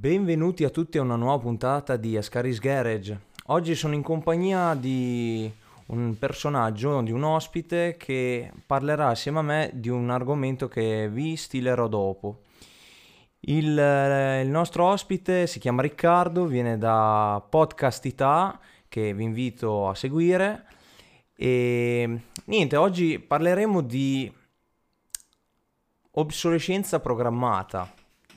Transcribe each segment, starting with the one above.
Benvenuti a tutti a una nuova puntata di Ascaris Garage. Oggi sono in compagnia di un personaggio, di un ospite che parlerà assieme a me di un argomento che vi stilerò dopo. Il nostro ospite si chiama Riccardo, viene da Podcastità, che vi invito a seguire. E niente, oggi parleremo di obsolescenza programmata.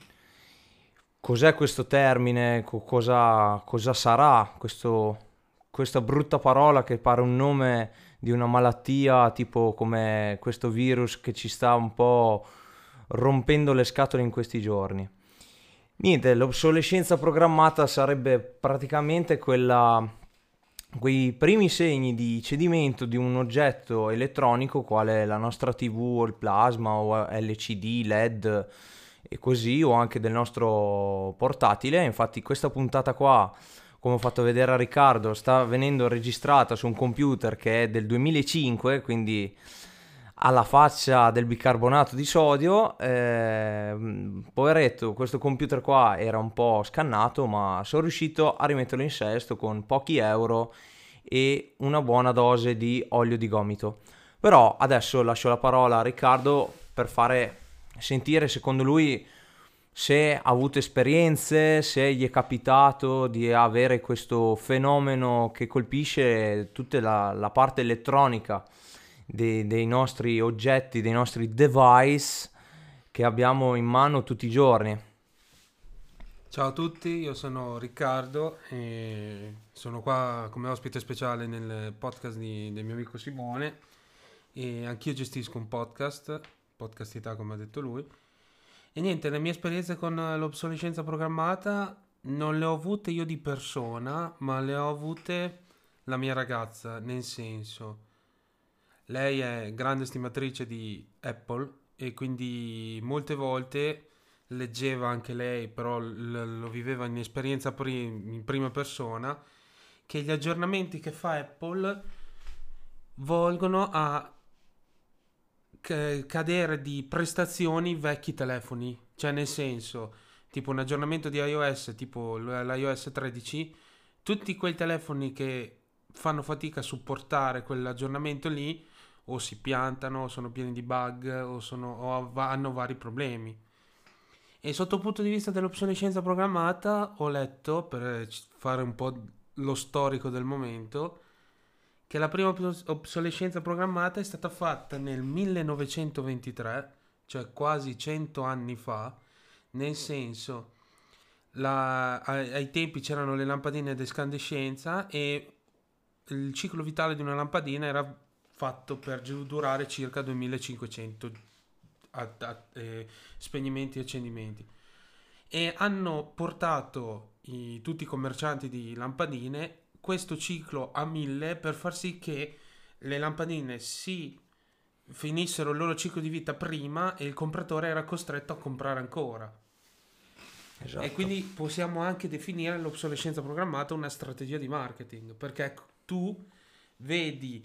Cos'è questo termine? Cosa sarà questa brutta parola che pare un nome di una malattia, tipo come questo virus che ci sta un po' rompendo le scatole in questi giorni? Niente, l'obsolescenza programmata sarebbe praticamente quei primi segni di cedimento di un oggetto elettronico quale la nostra TV o il plasma o LCD, LED e così, o anche del nostro portatile. Infatti questa puntata qua, come ho fatto vedere a Riccardo, sta venendo registrata su un computer che è del 2005, quindi alla faccia del bicarbonato di sodio. Poveretto, questo computer qua era un po' scannato, ma sono riuscito a rimetterlo in sesto con pochi euro e una buona dose di olio di gomito. Però adesso lascio la parola a Riccardo per fare sentire secondo lui se ha avuto esperienze, se gli è capitato di avere questo fenomeno che colpisce tutta la parte elettronica dei nostri oggetti, dei nostri device che abbiamo in mano tutti i giorni. Ciao a tutti, io sono Riccardo e sono qua come ospite speciale nel podcast del mio amico Simone e anch'io gestisco un Podcastità come ha detto lui. E niente, le mie esperienze con l'obsolescenza programmata non le ho avute io di persona, ma le ho avute la mia ragazza, nel senso, lei è grande stimatrice di Apple e quindi molte volte leggeva anche lei, però lo viveva in esperienza in prima persona, che gli aggiornamenti che fa Apple volgono a cadere di prestazioni vecchi telefoni, cioè nel senso, tipo un aggiornamento di iOS, tipo l'iOS 13, tutti quei telefoni che fanno fatica a supportare quell'aggiornamento lì o si piantano, o sono pieni di bug hanno vari problemi. E sotto il punto di vista dell'obsolescenza programmata ho letto, per fare un po' lo storico del momento, che la prima obsolescenza programmata è stata fatta nel 1923, cioè quasi 100 anni fa, nel senso, ai tempi c'erano le lampadine ad escandescenza e il ciclo vitale di una lampadina era fatto per durare circa 2500 spegnimenti e accendimenti, e hanno portato tutti i commercianti di lampadine questo ciclo a 1000 per far sì che le lampadine si finissero il loro ciclo di vita prima e il compratore era costretto a comprare ancora. Esatto. E quindi possiamo anche definire l'obsolescenza programmata una strategia di marketing, perché tu vedi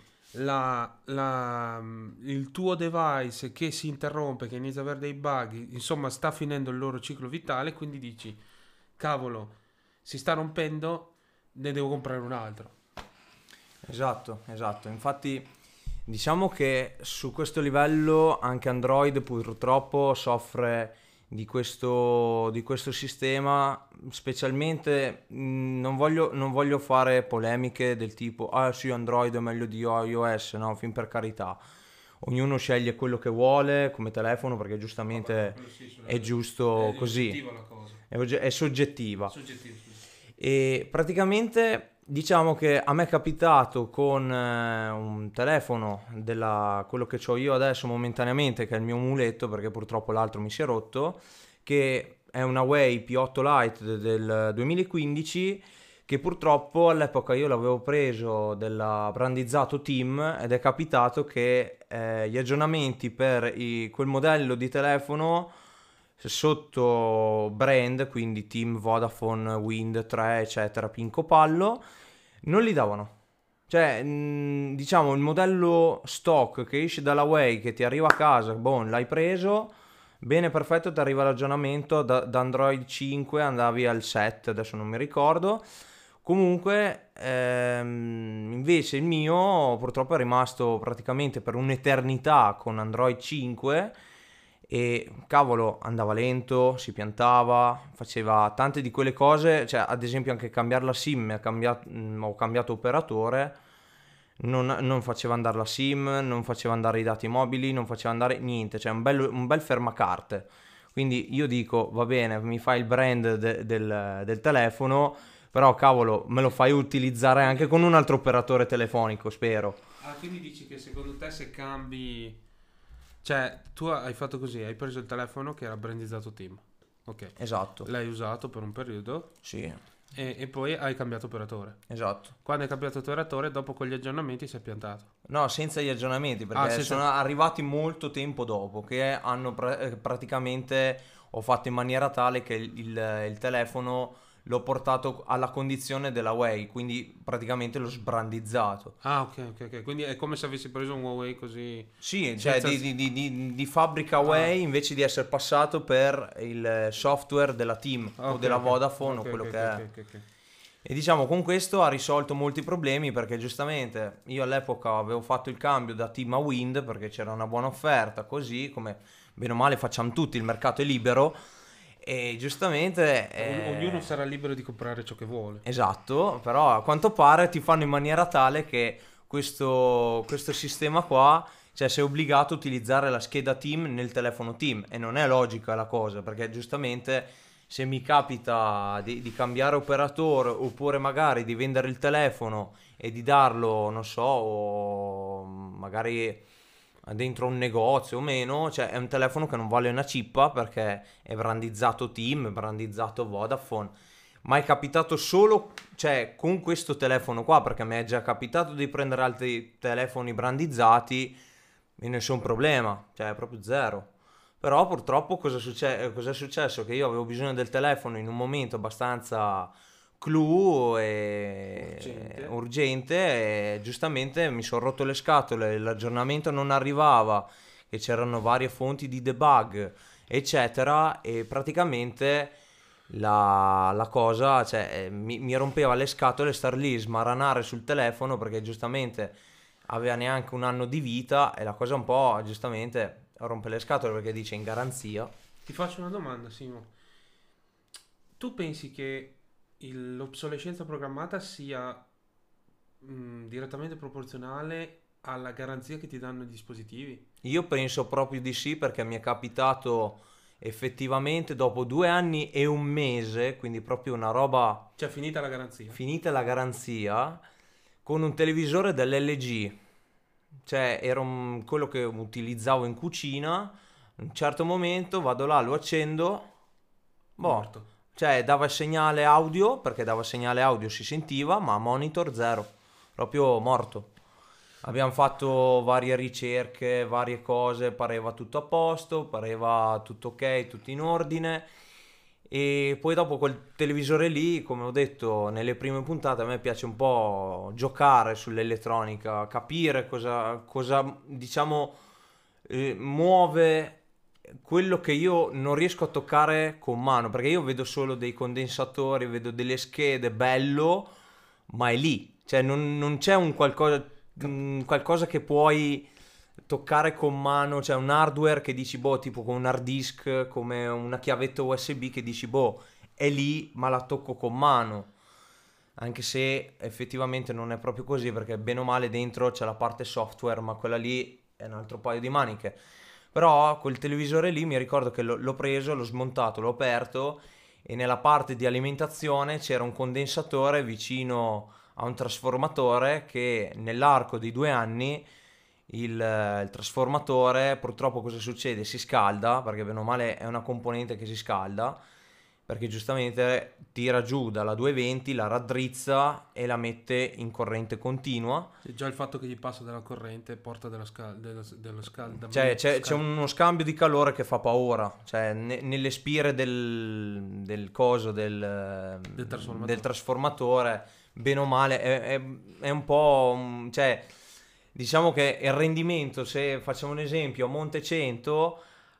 il tuo device che si interrompe, che inizia ad avere dei bug, insomma sta finendo il loro ciclo vitale, quindi dici cavolo, si sta rompendo, ne devo comprare un altro. Esatto. Infatti diciamo che su questo livello anche Android purtroppo soffre di questo sistema, specialmente non voglio fare polemiche del tipo ah sì, Android è meglio di iOS, no, fin per carità. Ognuno sceglie quello che vuole come telefono perché giustamente è giusto così, La cosa. è soggettiva. Soggettivo, scusa. E praticamente diciamo che a me è capitato con un telefono quello che ho io adesso momentaneamente, che è il mio muletto perché purtroppo l'altro mi si è rotto, che è una Huawei P8 Lite del 2015, che purtroppo all'epoca io l'avevo preso della brandizzato Team ed è capitato che gli aggiornamenti per quel modello di telefono sotto brand, quindi Team, Vodafone, Wind 3 eccetera, Pinco Pallo, non li davano. Cioè diciamo il modello stock che esce dalla Huawei, che ti arriva a casa, boh, l'hai preso, Bene, perfetto, ti arriva l'aggiornamento da Android 5, andavi al 7, adesso non mi ricordo. Comunque, invece il mio purtroppo è rimasto praticamente per un'eternità con Android 5 e cavolo, andava lento, si piantava, faceva tante di quelle cose, cioè ad esempio anche cambiare la SIM, ho cambiato operatore, non faceva andare la SIM, non faceva andare i dati mobili, non faceva andare niente, cioè un bel fermacarte. Quindi io dico, va bene, mi fai il brand del telefono, però cavolo, me lo fai utilizzare anche con un altro operatore telefonico, spero. Ah, quindi dici che secondo te se cambi... Cioè, tu hai fatto così, hai preso il telefono che era brandizzato Team. Ok. Esatto, L'hai usato per un periodo sì, e poi hai cambiato operatore. esatto. Quando hai cambiato operatore, dopo con gli aggiornamenti si è piantato. No, senza gli aggiornamenti, perché Senza... sono arrivati molto tempo dopo, che hanno praticamente ho fatto in maniera tale che il telefono l'ho portato alla condizione della Way, quindi praticamente l'ho sbrandizzato. Ah, ok, ok, ok. Quindi è come se avessi preso un Huawei così... Sì, cioè Senza... di fabbrica Ah, Way invece di essere passato per il software della Team o ok, della ok. Vodafone o Ok, quello ok, che ok, è. ok, ok. E diciamo con questo ha risolto molti problemi perché giustamente io all'epoca avevo fatto il cambio da Team a Wind perché c'era una buona offerta, così come bene o male facciamo tutti, il mercato è libero e giustamente Ognuno sarà libero di comprare ciò che vuole. esatto, però a quanto pare ti fanno in maniera tale che questo sistema qua, cioè sei obbligato a utilizzare la scheda Team nel telefono Team e non è logica la cosa perché giustamente se mi capita di cambiare operatore oppure magari di vendere il telefono e di darlo, non so, o magari dentro un negozio o meno, cioè è un telefono che non vale una cippa perché è brandizzato Team, è brandizzato Vodafone. Ma è capitato solo, cioè, con questo telefono qua, perché mi è già capitato di prendere altri telefoni brandizzati e nessun problema, cioè è proprio zero. Però purtroppo cosa è successo? Che io avevo bisogno del telefono in un momento abbastanza clou e Urgente. urgente e giustamente mi sono rotto le scatole, l'aggiornamento non arrivava, che c'erano varie fonti di debug, eccetera, e praticamente la cosa, cioè, mi rompeva le scatole star lì, smaranare sul telefono perché giustamente aveva neanche un anno di vita e la cosa un po' giustamente rompe le scatole perché dice in garanzia. Ti faccio una domanda, Simo. Tu pensi che l'obsolescenza programmata sia direttamente proporzionale alla garanzia che ti danno i dispositivi? Io penso proprio di sì perché mi è capitato effettivamente dopo 2 anni e un mese, quindi proprio una roba Cioè, finita la garanzia? finita la garanzia, con un televisore dell'LG. Cioè, era quello che utilizzavo in cucina. A un certo momento vado là, lo accendo. Boh, Morto. cioè dava segnale audio, perché dava segnale audio, si sentiva, ma monitor zero. Proprio morto. Abbiamo fatto varie ricerche, varie cose, pareva tutto a posto, pareva tutto ok, tutto in ordine. E poi dopo quel televisore lì, come ho detto nelle prime puntate, a me piace un po' giocare sull'elettronica, capire cosa diciamo, muove quello che io non riesco a toccare con mano, perché io vedo solo dei condensatori, vedo delle schede, bello, ma è lì, cioè non c'è Cap- qualcosa che puoi toccare con mano, cioè un hardware che dici boh, tipo con un hard disk, come una chiavetta USB che dici boh, è lì, ma la tocco con mano. Anche se effettivamente non è proprio così, perché bene o male dentro c'è la parte software, ma quella lì è un altro paio di maniche. Però quel televisore lì mi ricordo che l'ho preso, l'ho smontato, l'ho aperto e nella parte di alimentazione c'era un condensatore vicino a un trasformatore che nell'arco di 2 anni il trasformatore purtroppo cosa succede? Si scalda, perché bene o male è una componente che si scalda, perché giustamente tira giù dalla 220, la raddrizza e la mette in corrente continua. Già il fatto che gli passa della corrente porta dello Cioè scaldamento. c'è uno scambio di calore che fa paura, cioè nelle spire del coso, Del del trasformatore. trasformatore, bene o male, è un po', cioè diciamo che il rendimento, se facciamo un esempio, a Monte 100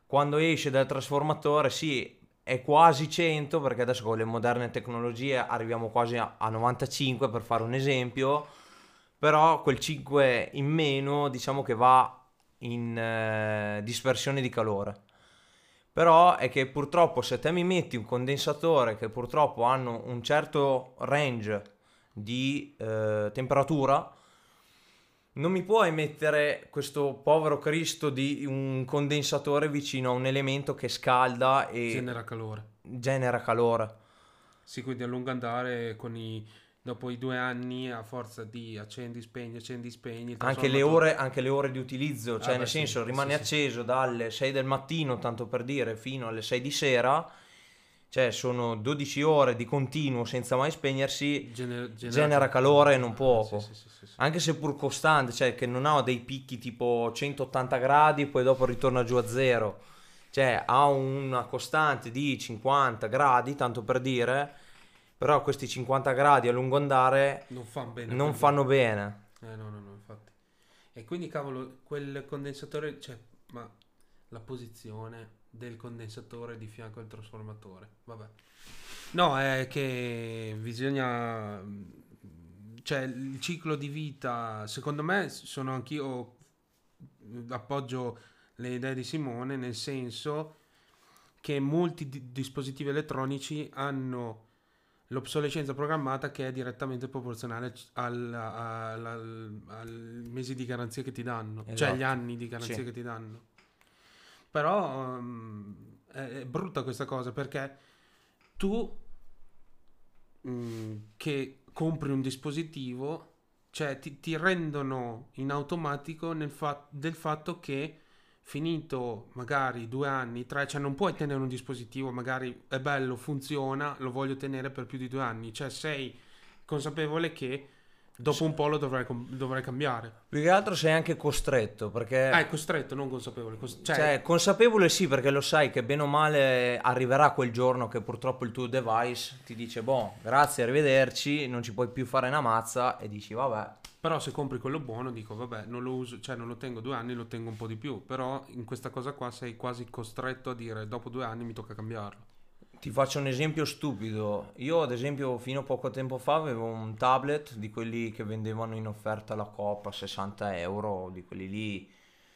quando esce dal trasformatore, sì, è quasi 100, perché adesso con le moderne tecnologie arriviamo quasi a 95 per fare un esempio, però quel 5 in meno diciamo che va in dispersione di calore. Però è che purtroppo se te mi metti un condensatore che purtroppo hanno un certo range di temperatura, non mi puoi mettere questo povero Cristo di un condensatore vicino a un elemento che scalda e Genera calore. genera calore. Sì, quindi a lungo andare dopo i 2 anni a forza di accendi, spegni, il trasformatore. Anche le ore di utilizzo, Ah cioè nel beh sì, senso sì, rimane sì. acceso dalle 6 del mattino, tanto per dire, fino alle 6 di sera, cioè sono 12 ore di continuo senza mai spegnersi, genera calore e non Sì, poco. sì, sì, sì, sì. Anche se pur costante, cioè che non ha dei picchi tipo 180 gradi, poi dopo ritorna giù a zero. Cioè ha una costante di 50 gradi, tanto per dire, però questi 50 gradi a lungo andare Non fa bene a non quel fanno gioco. bene. No, no, no, infatti. E quindi, cavolo, quel condensatore, cioè, ma la posizione del condensatore di fianco al trasformatore. Vabbè. No, è che bisogna... Cioè, il ciclo di vita, secondo me, sono anch'io, appoggio le idee di Simone, nel senso che molti dispositivi elettronici hanno l'obsolescenza programmata che è direttamente proporzionale al mesi di garanzia che ti danno, cioè agli Esatto. anni di Sì. garanzia che ti danno. Però è brutta questa cosa perché tu che compri un dispositivo, cioè ti rendono in automatico del fatto che finito magari 2 anni, tre, cioè non puoi tenere un dispositivo, magari è bello, funziona, lo voglio tenere per più di 2 anni, cioè sei consapevole che dopo un po' lo dovrai cambiare. Più che altro sei anche costretto, Ah, perché è costretto, non consapevole. cioè Cioè, consapevole sì, perché lo sai che bene o male arriverà quel giorno che purtroppo il tuo device ti dice, boh, grazie, arrivederci, non ci puoi più fare una mazza e dici, vabbè. però se compri quello buono dico, vabbè, non lo uso, cioè non lo tengo 2 anni, lo tengo un po' di più, però in questa cosa qua sei quasi costretto a dire, dopo 2 anni mi tocca cambiarlo. Ti faccio un esempio stupido. Io, ad esempio, fino a poco tempo fa avevo un tablet di quelli che vendevano in offerta alla Coop a 60 euro, di quelli lì,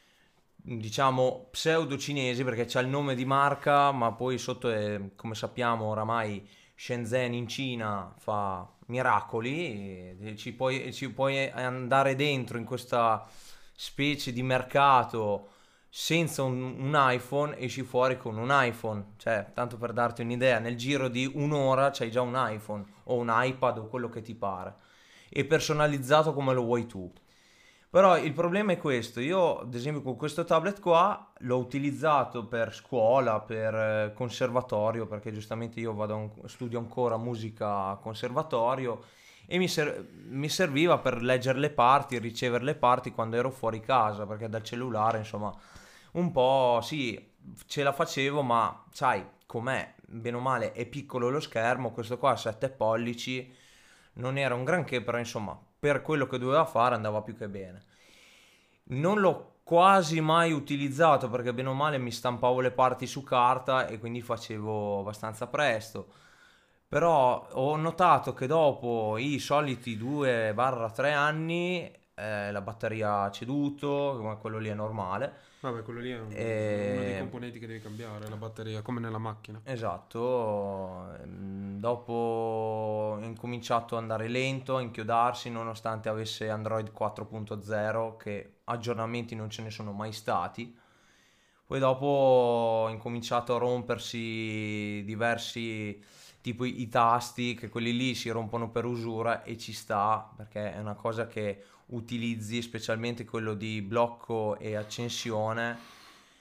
diciamo, pseudo cinesi, perché c'ha il nome di marca, ma poi sotto è, come sappiamo, oramai Shenzhen in Cina fa miracoli, e ci puoi andare dentro in questa specie di mercato senza un iPhone, esci fuori con un iPhone, cioè tanto per darti un'idea, nel giro di un'ora c'hai già un iPhone o un iPad o quello che ti pare e personalizzato come lo vuoi tu. Però il problema è questo, io ad esempio con questo tablet qua l'ho utilizzato per scuola, per conservatorio, perché giustamente io studio ancora musica a conservatorio e mi serviva per leggere le parti, ricevere le parti quando ero fuori casa, perché dal cellulare insomma un po' sì, ce la facevo, ma sai com'è, bene o male è piccolo lo schermo, questo qua a 7 pollici non era un granché, però insomma per quello che doveva fare andava più che bene. Non l'ho quasi mai utilizzato perché bene o male mi stampavo le parti su carta e quindi facevo abbastanza presto. Però ho notato che dopo i soliti 2-3 anni la batteria ha ceduto, come quello lì è normale. Vabbè, quello lì è uno dei E componenti che devi cambiare, la batteria, come nella macchina. esatto, dopo ho incominciato ad andare lento, a inchiodarsi nonostante avesse Android 4.0 che aggiornamenti non ce ne sono mai stati. Poi dopo ho incominciato a rompersi diversi, tipo i tasti, che quelli lì si rompono per usura e ci sta, perché è una cosa che utilizzi, specialmente quello di blocco e accensione.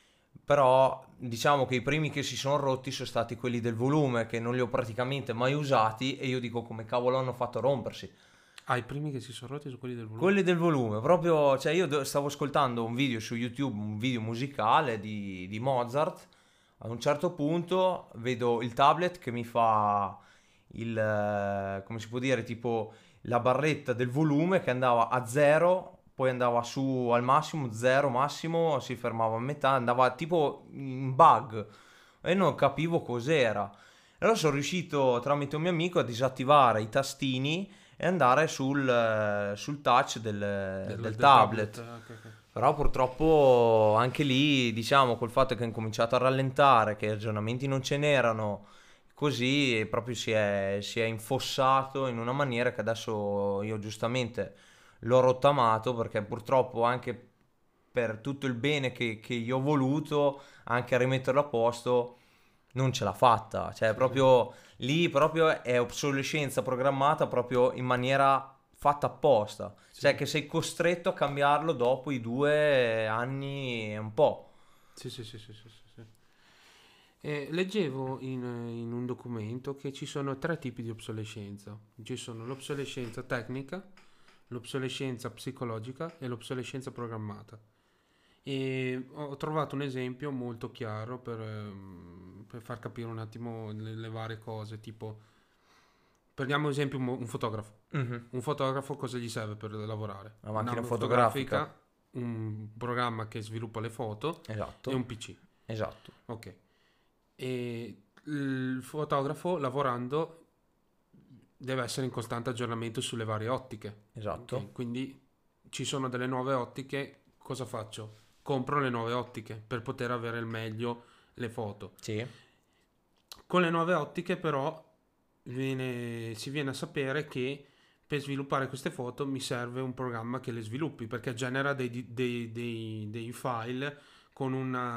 Però diciamo che i primi che si sono rotti sono stati quelli del volume, che non li ho praticamente mai usati e io dico come cavolo hanno fatto a rompersi. Ah, i primi che si sono rotti sono quelli del volume. Quelli del volume, proprio, cioè io stavo ascoltando un video su YouTube, un video musicale di Mozart, a un certo punto vedo il tablet che mi fa come si può dire, tipo la barretta del volume che andava a zero, poi andava su al massimo, 0 massimo, si fermava a metà, andava tipo in bug e non capivo cos'era. Allora sono riuscito tramite un mio amico a disattivare i tastini e andare sul touch del Del tablet. tablet. Però purtroppo anche lì, diciamo, col fatto che ho incominciato a rallentare, che aggiornamenti non ce n'erano, così proprio si è infossato in una maniera che adesso io giustamente l'ho rottamato, perché purtroppo anche per tutto il bene che io ho voluto, anche a rimetterlo a posto, non ce l'ha fatta. Cioè, Sì, sì. proprio lì proprio è obsolescenza programmata proprio in maniera fatta apposta. Cioè, Sì. che sei costretto a cambiarlo dopo i 2 anni e un po'. Sì, sì, sì, sì, sì, sì, sì. Leggevo in un documento che ci sono tre tipi di obsolescenza. Ci sono l'obsolescenza tecnica, l'obsolescenza psicologica e l'obsolescenza programmata. E ho trovato un esempio molto chiaro per far capire un attimo le varie cose. Tipo, prendiamo ad esempio un fotografo. Mhm. Un fotografo cosa gli serve per lavorare? La macchina Un'arma fotografica. fotografica, un programma che sviluppa le foto e Esatto, un PC. esatto, Ok. E il fotografo lavorando deve essere in costante aggiornamento sulle varie ottiche. Ok, esatto. quindi ci sono delle nuove ottiche, cosa faccio? Compro le nuove ottiche per poter avere il meglio le foto. Sì, Con le nuove ottiche però si viene a sapere che per sviluppare queste foto mi serve un programma che le sviluppi perché genera dei file con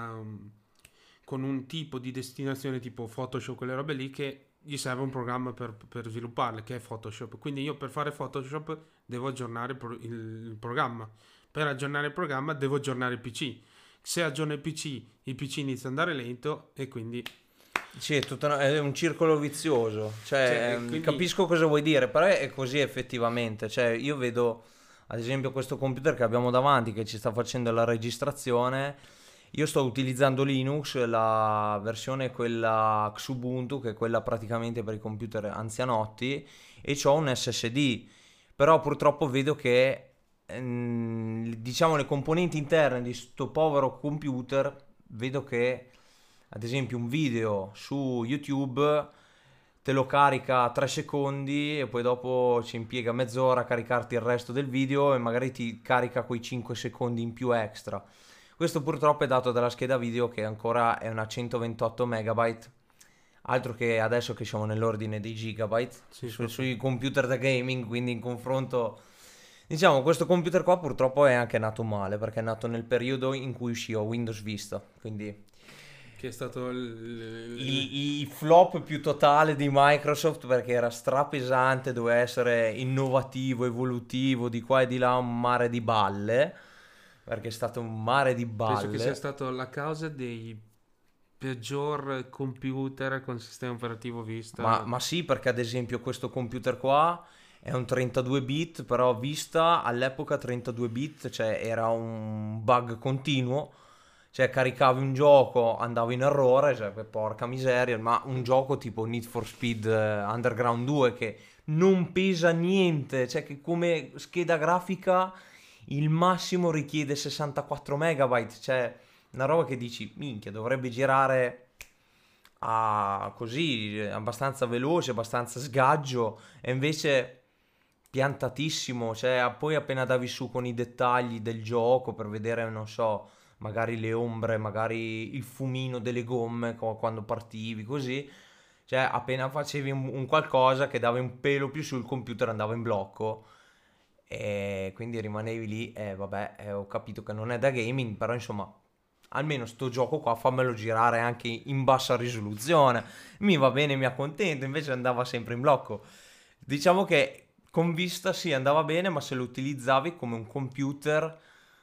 con un tipo di destinazione tipo Photoshop, quelle robe lì che gli serve un programma per svilupparle, che è Photoshop. Quindi io per fare Photoshop devo aggiornare il programma. Per aggiornare il programma devo aggiornare il PC. Se aggiorno il PC inizia ad andare lento e quindi... sì, è un circolo vizioso. Cioè, quindi capisco cosa vuoi dire, però è così effettivamente. Cioè, io vedo, ad esempio, questo computer che abbiamo davanti che ci sta facendo la registrazione. Io sto utilizzando Linux, la versione quella Xubuntu, che è quella praticamente per i computer anzianotti, e ho un SSD. Però purtroppo vedo che, diciamo, le componenti interne di sto povero computer, vedo che, ad esempio, un video su YouTube te lo carica 3 secondi e poi dopo ci impiega mezz'ora a caricarti il resto del video e magari ti carica quei 5 secondi in più extra. Questo purtroppo è dato dalla scheda video che ancora è una 128 megabyte, altro che adesso che siamo nell'ordine dei gigabyte sì, infatti. sui computer da gaming, quindi in confronto, diciamo, questo computer qua purtroppo è anche nato male perché è nato nel periodo in cui usciva Windows Vista, quindi Che è stato il flop più totale di Microsoft perché era strapesante, doveva essere innovativo, evolutivo, di qua e di là un mare di balle, perché è stato un mare di penso che sia balle. stato la causa dei peggior computer con sistema operativo Ma, vista. ma sì, perché ad esempio questo computer qua è un 32 bit, però Vista all'epoca 32 bit, cioè era un bug continuo, cioè caricavi un gioco, andavo in errore, cioè porca miseria, ma un gioco tipo Need for Speed Underground 2 che non pesa niente, cioè che come scheda grafica il massimo richiede 64 megabyte, cioè una roba che dici, minchia, dovrebbe girare a così abbastanza veloce, abbastanza sgaggio e invece piantatissimo, cioè poi appena davi su con i dettagli del gioco per vedere, non so, magari le ombre, magari il fumino delle gomme quando partivi, così, cioè appena facevi un qualcosa che dava un pelo più sul computer andava in blocco e quindi rimanevi lì e vabbè, ho capito che non è da gaming, però insomma almeno sto gioco qua fammelo girare anche in bassa risoluzione, mi va bene, mi accontento, invece andava sempre in blocco. Diciamo che con vista sì andava bene, ma se lo utilizzavi come un computer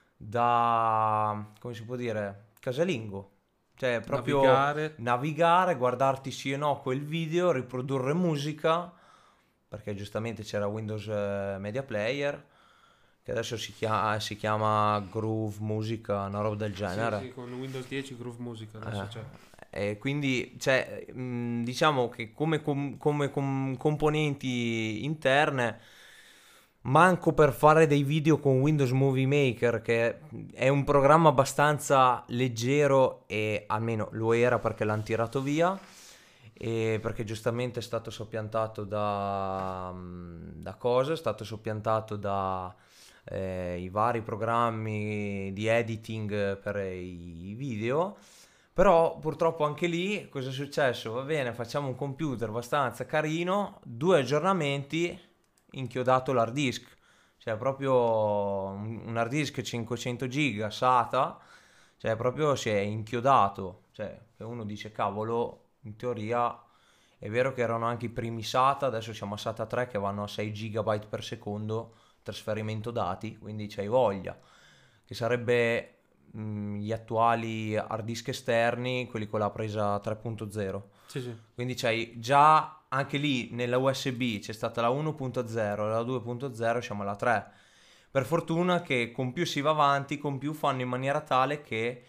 da, come si può dire, casalingo, cioè proprio Navigare. navigare, guardarti sì e no quel video, riprodurre musica, perché giustamente c'era Windows Media Player, che adesso si chiama Groove Musica, una roba del Sì, genere. sì, con Windows 10 Groove Music adesso c'è. E quindi, cioè, diciamo che come componenti interne manco per fare dei video con Windows Movie Maker, che è un programma abbastanza leggero, e almeno lo era perché l'hanno tirato via, e perché giustamente è stato soppiantato da cosa? È stato soppiantato da i vari programmi di editing per i video. Però purtroppo anche lì cosa è successo? Va bene, facciamo un computer abbastanza carino, 2 aggiornamenti, inchiodato l'hard disk. Cioè proprio un hard disk 500 giga SATA, cioè proprio si è inchiodato. Cioè che uno dice cavolo, in teoria è vero che erano anche i primi SATA, adesso siamo a SATA 3 che vanno a 6 GB per secondo trasferimento dati, quindi c'hai voglia. Che sarebbe gli attuali hard disk esterni, quelli con la presa 3.0. Sì, sì. Quindi c'hai già anche lì nella USB c'è stata la 1.0, la 2.0, siamo alla 3. Per fortuna che con più si va avanti, con più fanno in maniera tale che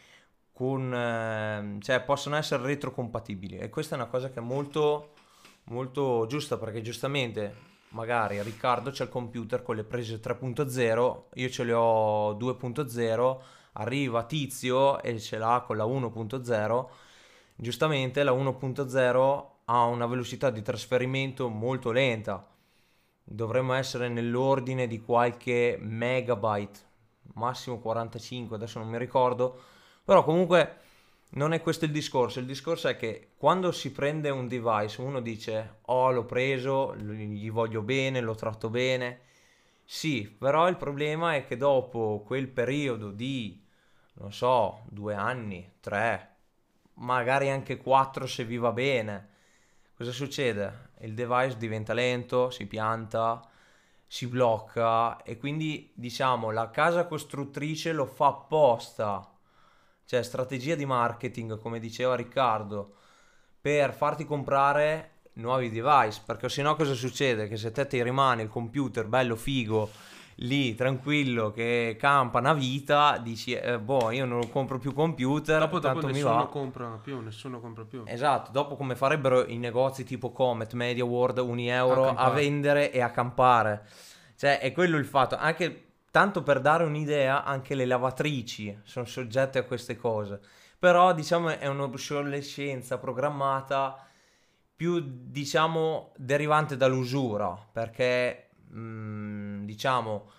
cioè possono essere retrocompatibili, e questa è una cosa che è molto molto giusta, perché giustamente magari Riccardo c'è il computer con le prese 3.0, io ce le ho 2.0, arriva Tizio e ce l'ha con la 1.0. Giustamente la 1.0 ha una velocità di trasferimento molto lenta, dovremmo essere nell'ordine di qualche megabyte, massimo 45, adesso non mi ricordo, però comunque non è questo il discorso è che quando si prende un device uno dice oh l'ho preso, gli voglio bene, lo tratto bene, sì, però il problema è che dopo quel periodo di, non so, 2 anni, 3, magari anche 4 se vi va bene, cosa succede? Il device diventa lento, si pianta, si blocca, e quindi diciamo la casa costruttrice lo fa apposta, cioè strategia di marketing, come diceva Riccardo, per farti comprare nuovi device, perché sennò cosa succede? Che se te ti rimane il computer bello figo lì tranquillo che campa una vita, dici boh, io non compro più computer, Dopo tanto mi nessuno va. compra più, nessuno compra più. Esatto, dopo come farebbero i negozi tipo Comet, Media World, Unieuro, a campare. vendere e a campare. Cioè, è quello il fatto. Anche tanto per dare un'idea, anche le lavatrici sono soggette a queste cose. Però, diciamo, è un'obsolescenza programmata più, diciamo, derivante dall'usura, perché, diciamo,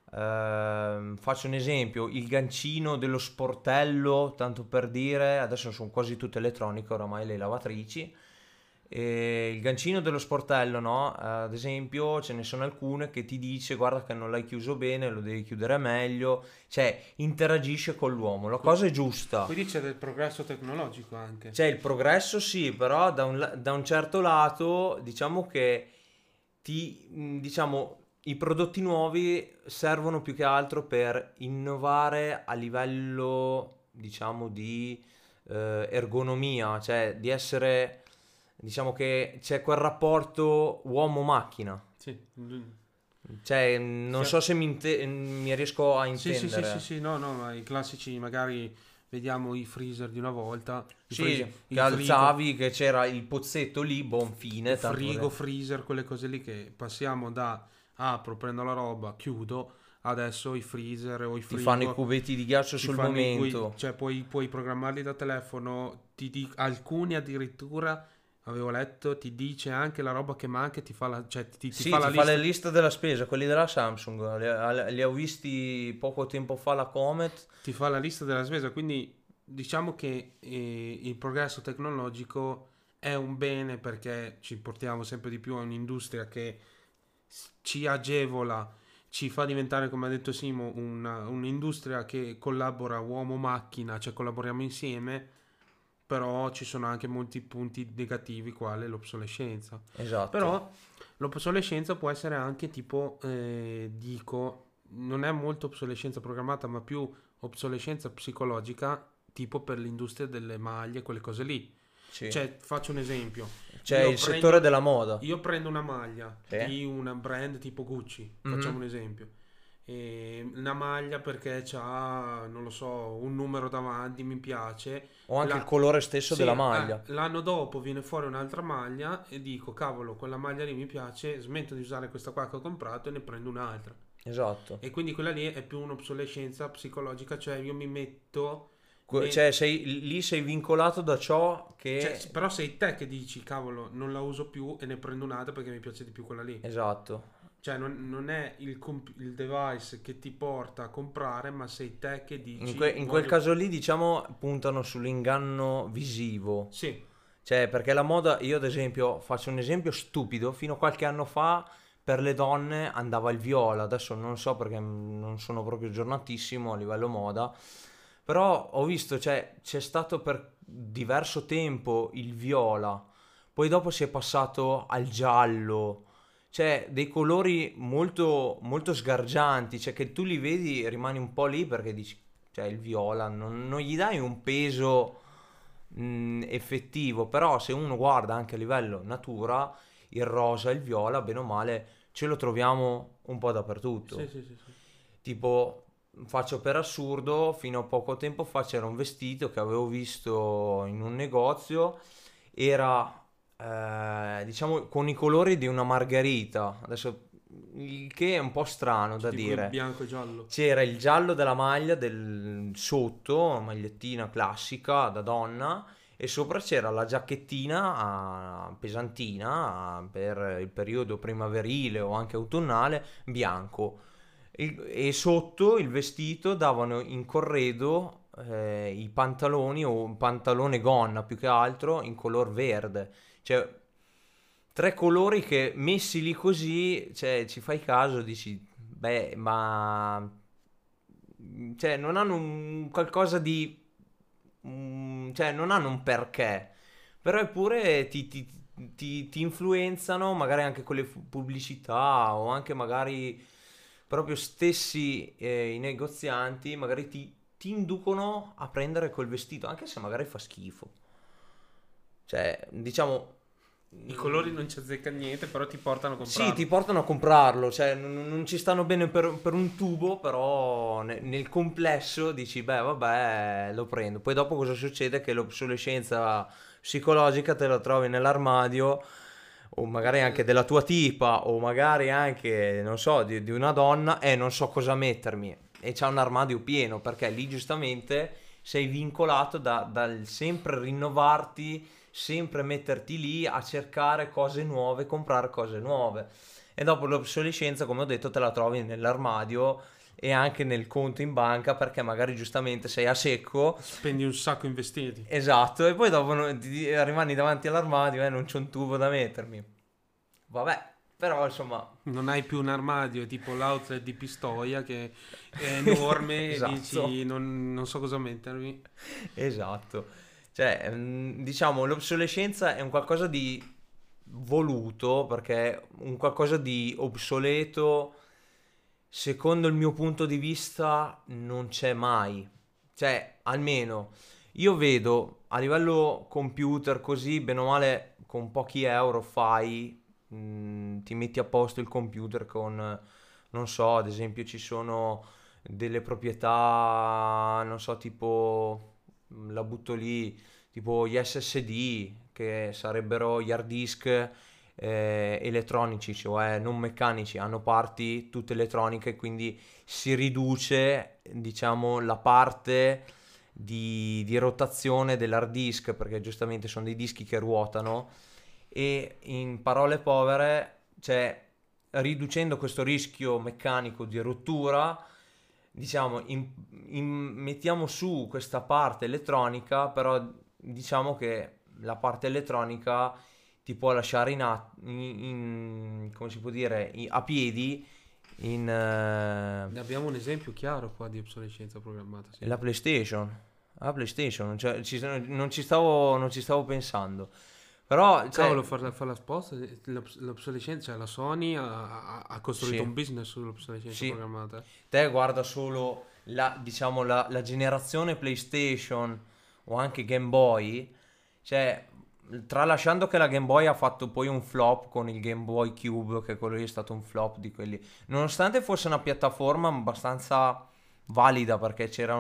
faccio un esempio, il gancino dello sportello, tanto per dire, adesso sono quasi tutte elettroniche oramai le lavatrici, e il gancino dello sportello, no? Ad esempio ce ne sono alcune che ti dice guarda che non l'hai chiuso bene, lo devi chiudere meglio, cioè interagisce con l'uomo, la cosa è giusta. Quindi c'è del progresso tecnologico anche. C'è il progresso, sì, però da un certo lato diciamo che diciamo, i prodotti nuovi servono più che altro per innovare a livello, diciamo, di ergonomia, cioè di essere, diciamo che c'è quel rapporto uomo-macchina. Sì. Cioè, non Sì. so se mi riesco a Sì, sì, intendere. sì, sì, sì, no, no, ma i classici magari vediamo i freezer di una volta, Sì, il che frigo, alzavi, che c'era il pozzetto lì, buon fine. il Tanto frigo, freezer, quelle cose lì che passiamo da apro, prendo la roba, chiudo, adesso i freezer o i ti fanno i frigo cubetti di ghiaccio ti sul fanno momento. cioè puoi programmarli da telefono, alcuni addirittura avevo letto, ti dice anche la roba che manca e ti fa la, cioè, ti Sì, fa la ti fa lista. le liste della spesa, quelli della Samsung, li ho visti poco tempo fa la Comet. Ti fa la lista della spesa, quindi diciamo che il progresso tecnologico è un bene perché ci portiamo sempre di più a un'industria che ci agevola, ci fa diventare, come ha detto Simo, un'industria che collabora uomo-macchina, cioè collaboriamo insieme, però ci sono anche molti punti negativi, quale l'obsolescenza. Esatto. Però l'obsolescenza può essere anche tipo, dico, non è molto obsolescenza programmata, ma più obsolescenza psicologica, tipo per l'industria delle maglie, quelle cose lì. Sì. Cioè, faccio un esempio. C'è Io il settore della moda. io prendo una maglia Sì. di un brand tipo Gucci, Mhm. facciamo un esempio. e una maglia perché c'ha, non lo so, un numero davanti, mi piace. O anche il La- colore stesso sì, della maglia. l'anno dopo viene fuori un'altra maglia e dico, cavolo, quella maglia lì mi piace, smetto di usare questa qua che ho comprato e ne prendo un'altra. Esatto. E quindi quella lì è più un'obsolescenza psicologica, cioè io mi metto... Cioè, lì sei vincolato da ciò Cioè, che... però sei te che dici, cavolo, non la uso più e ne prendo un'altra perché mi piace di più quella lì. Esatto. Cioè, non è il device che ti porta a comprare, ma sei te che dici, In quel voglio... caso lì, diciamo, puntano sull'inganno visivo. Sì, Cioè, perché la moda, io ad esempio, faccio un esempio stupido, fino a qualche anno fa per le donne andava il viola, adesso non so perché non sono proprio aggiornatissimo a livello moda, però ho visto, cioè, c'è stato per diverso tempo il viola, poi dopo si è passato al giallo, cioè dei colori molto, molto sgargianti, cioè che tu li vedi e rimani un po' lì perché dici, cioè il viola, non gli dai un peso effettivo, però se uno guarda anche a livello natura, il rosa e il viola, bene o male, ce lo troviamo un po' sì, dappertutto. sì, sì, sì. Tipo, faccio per assurdo, fino a poco tempo fa c'era un vestito che avevo visto in un negozio, era diciamo con i colori di una margherita, adesso il che è un po' strano Cioè, da tipo il dire. bianco e giallo. C'era il giallo della maglia del sotto, magliettina classica da donna, e sopra c'era la giacchettina pesantina per il periodo primaverile o anche autunnale, bianco. E sotto il vestito davano in corredo i pantaloni o un pantalone gonna più che altro in color verde. Cioè, tre colori che messi lì così, cioè, ci fai caso, dici, beh, ma cioè, non hanno un qualcosa di cioè, non hanno un perché, però eppure ti influenzano, magari anche con le pubblicità o anche magari proprio stessi i negozianti, magari ti inducono a prendere quel vestito, anche se magari fa schifo. Cioè, diciamo, I colori non ci azzecca niente, però ti portano a sì, ti comprarlo. portano a comprarlo, cioè non ci stanno bene per un tubo, però nel complesso dici, beh, vabbè, lo prendo. Poi dopo cosa succede? Che l'obsolescenza psicologica te la trovi nell'armadio, o magari anche della tua tipa, o magari anche, non so, di una donna, e non so cosa mettermi. E c'ha un armadio pieno, perché lì giustamente sei vincolato dal sempre rinnovarti, sempre metterti lì a cercare cose nuove, comprare cose nuove. E dopo l'obsolescenza, come ho detto, te la trovi nell'armadio e anche nel conto in banca perché magari giustamente sei a secco. Spendi un sacco in vestiti. Esatto, e poi dopo rimani davanti all'armadio e non c'è un tubo da mettermi. Vabbè, però insomma, Non hai più un armadio, è tipo l'outlet di Pistoia che è enorme e esatto. dici non so cosa mettermi. Esatto. Cioè, diciamo, l'obsolescenza è un qualcosa di voluto perché un qualcosa di obsoleto, secondo il mio punto di vista, non c'è mai. Cioè, almeno io vedo a livello computer così, bene o male, con pochi euro fai, ti metti a posto il computer con, non so, ad esempio ci sono delle proprietà, non so, tipo, la butto lì, tipo gli SSD, che sarebbero gli hard disk elettronici, cioè non meccanici, hanno parti tutte elettroniche, quindi si riduce, diciamo, la parte di rotazione dell'hard disk, perché giustamente sono dei dischi che ruotano, e in parole povere, cioè, riducendo questo rischio meccanico di rottura, diciamo, mettiamo su questa parte elettronica, però diciamo che la parte elettronica ti può lasciare come si può dire, a piedi in Ne abbiamo un esempio chiaro qua di obsolescenza programmata, sì. la PlayStation. La PlayStation, cioè, non ci stavo pensando. Però, cioè, Cavolo, farla apposta, l'obsolescenza, cioè la Sony ha costruito sì, un business sull'obsolescenza sì. programmata. Te guarda solo diciamo, la generazione PlayStation o anche Game Boy, cioè tralasciando che la Game Boy ha fatto poi un flop con il Game Boy Cube, che quello lì è stato un flop di quelli, nonostante fosse una piattaforma abbastanza valida, perché c'era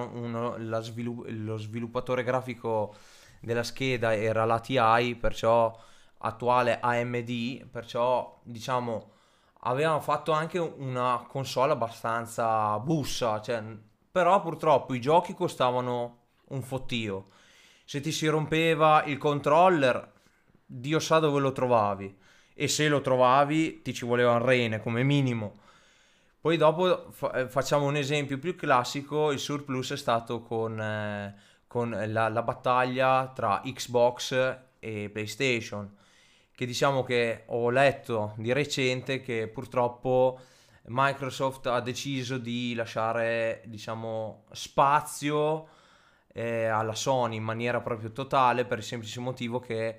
lo sviluppatore grafico della scheda era la TI, perciò attuale AMD, perciò diciamo avevano fatto anche una console abbastanza bussa, cioè, però purtroppo i giochi costavano un fottio. Se ti si rompeva il controller, Dio sa dove lo trovavi. E se lo trovavi, ti ci voleva un rene come minimo. Poi dopo facciamo un esempio più classico, il surplus è stato con la battaglia tra Xbox e PlayStation, che diciamo che ho letto di recente che purtroppo Microsoft ha deciso di lasciare, diciamo, spazio alla Sony in maniera proprio totale, per il semplice motivo che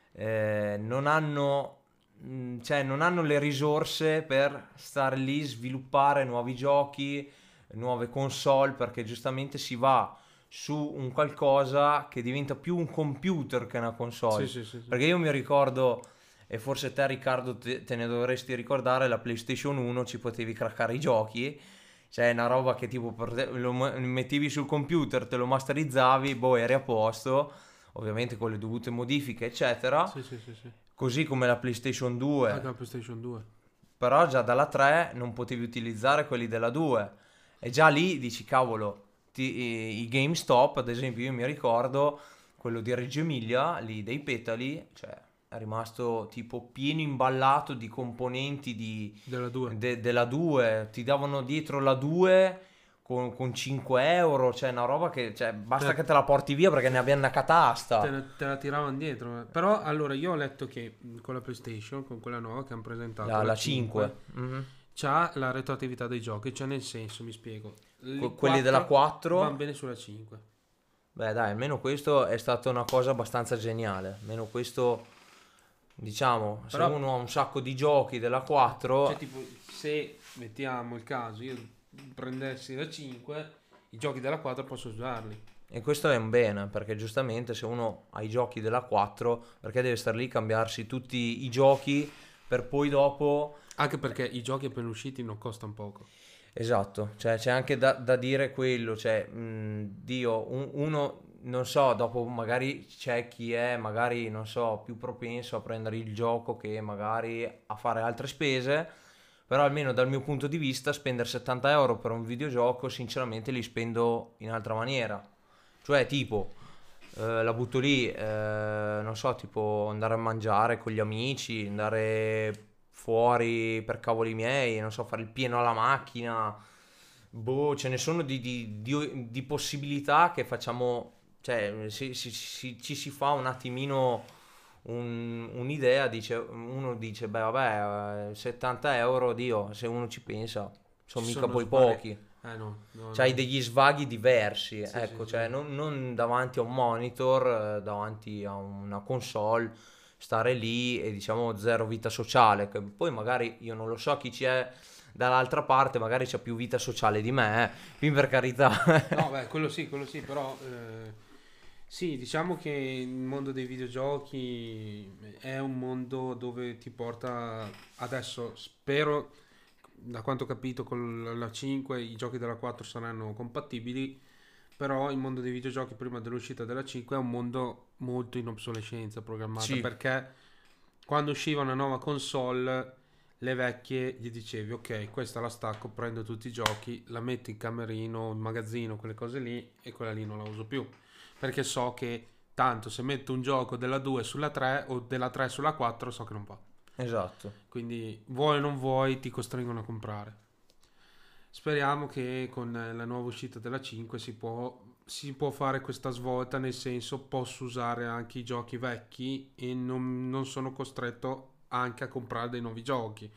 non hanno, cioè non hanno le risorse per stare lì, sviluppare nuovi giochi, nuove console, perché giustamente si va su un qualcosa che diventa più un computer che una Sì, console. sì, sì, sì. Perché io mi ricordo, e forse te Riccardo te ne dovresti ricordare, la PlayStation 1 ci potevi craccare i giochi, cioè una roba che tipo lo mettevi sul computer, te lo masterizzavi, boh, eri a posto, ovviamente con le dovute modifiche, eccetera. Sì, sì, sì, sì. Così come la PlayStation Anche 2, la PlayStation 2. però già dalla 3 non potevi utilizzare quelli della 2. E già lì dici, cavolo, i GameStop, ad esempio, io mi ricordo quello di Reggio Emilia, lì dei Petali, cioè è rimasto tipo pieno imballato di componenti Della 2. della 2, ti davano dietro la 2 con 5 euro, cioè una roba che, cioè, basta che te la porti via perché ne abbiamo una catasta. Te la tiravano dietro. Però allora io ho letto che con la PlayStation, con quella nuova che hanno presentato, la La 5, 5. Mhm. c'ha la retroattività dei giochi, cioè nel senso, mi spiego. Il Quelli della 4 va 4. bene sulla 5. Beh, dai, almeno questo è stata una cosa abbastanza geniale. Almeno questo, diciamo, se Però, uno ha un sacco di giochi della cioè 4, tipo, se mettiamo il caso, io prendessi la 5, i giochi della 4 posso usarli. e questo è un bene, perché giustamente se uno ha i giochi della 4, perché deve star lì a cambiarsi tutti i giochi per poi dopo. Anche perché i giochi appena usciti non costano poco. Esatto, cioè c'è anche da dire quello, cioè, Dio, uno, non so, dopo magari c'è chi è, magari, non so, più propenso a prendere il gioco che magari a fare altre spese, però almeno dal mio punto di vista spendere 70 euro per un videogioco, sinceramente li spendo in altra maniera, cioè tipo, la butto lì, non so, tipo andare a mangiare con gli amici, andare fuori per cavoli miei, non so, fare il pieno alla macchina. Boh, ce ne sono di possibilità che facciamo, cioè ci si fa un attimino un'idea, uno dice, beh vabbè, 70 euro, Dio, se uno ci pensa, sono Ci mica sono poi svari... pochi. no, no, C'hai no. degli svaghi diversi, Sì, sì, ecco, sì. cioè non davanti a un monitor, davanti a una console, stare lì e diciamo zero vita sociale, che poi magari io non lo so chi c'è dall'altra parte, magari c'ha più vita sociale di me, quindi per carità. No, beh, quello sì, però sì, diciamo che il mondo dei videogiochi è un mondo dove ti porta adesso, spero, da quanto ho capito con la 5 i giochi della 4 saranno compatibili, però il mondo dei videogiochi prima dell'uscita della 5 è un mondo molto in obsolescenza programmata, Sì, perché quando usciva una nuova console, le vecchie gli dicevi, ok, questa la stacco, prendo tutti i giochi, la metto in camerino, in magazzino, quelle cose lì, e quella lì non la uso più. Perché so che tanto se metto un gioco della 2 sulla 3 o della 3 sulla 4 so che non va. esatto. Quindi vuoi o non vuoi ti costringono a comprare. Speriamo che con la nuova uscita della 5 si può fare questa svolta, nel senso posso usare anche i giochi vecchi e non sono costretto anche a comprare dei nuovi giochi.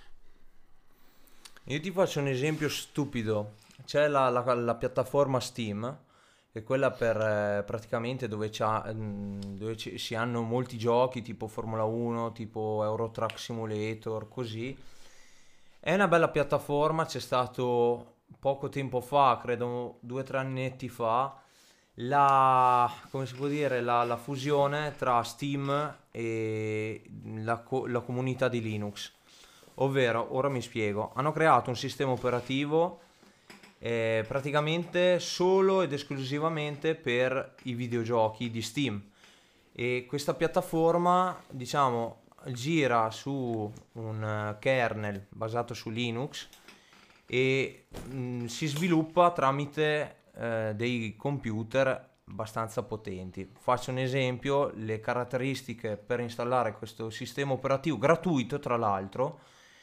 Io ti faccio un esempio stupido. C'è la piattaforma Steam, che è quella per praticamente dove si hanno molti giochi tipo Formula 1, tipo Euro Truck Simulator, così. È una bella piattaforma, c'è stato poco tempo fa, credo 2 o 3 annetti fa, come si può dire, la fusione tra Steam e la comunità di Linux. Ovvero, ora mi spiego, hanno creato un sistema operativo praticamente solo ed esclusivamente per i videogiochi di Steam. E questa piattaforma, diciamo, gira su un kernel basato su Linux e si sviluppa tramite dei computer abbastanza potenti. Faccio un esempio: le caratteristiche per installare questo sistema operativo gratuito, tra l'altro,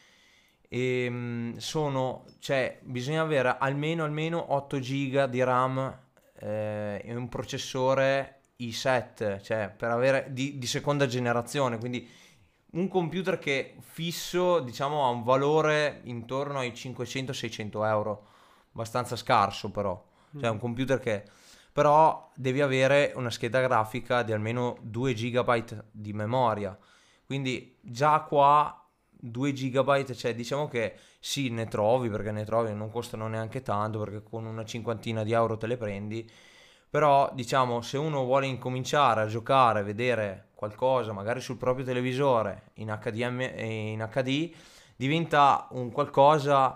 cioè bisogna avere almeno 8 giga di RAM e un processore i7, cioè per avere di seconda generazione, quindi un computer che fisso, diciamo, ha un valore intorno ai 500-600 euro, abbastanza scarso però, cioè un computer che però devi avere una scheda grafica di almeno 2 GB di memoria, quindi già qua 2 GB, cioè diciamo che sì, ne trovi, perché ne trovi, non costano neanche tanto, perché con una cinquantina di euro te le prendi, però diciamo se uno vuole incominciare a giocare, vedere qualcosa magari sul proprio televisore in HDMI e in HD, diventa un qualcosa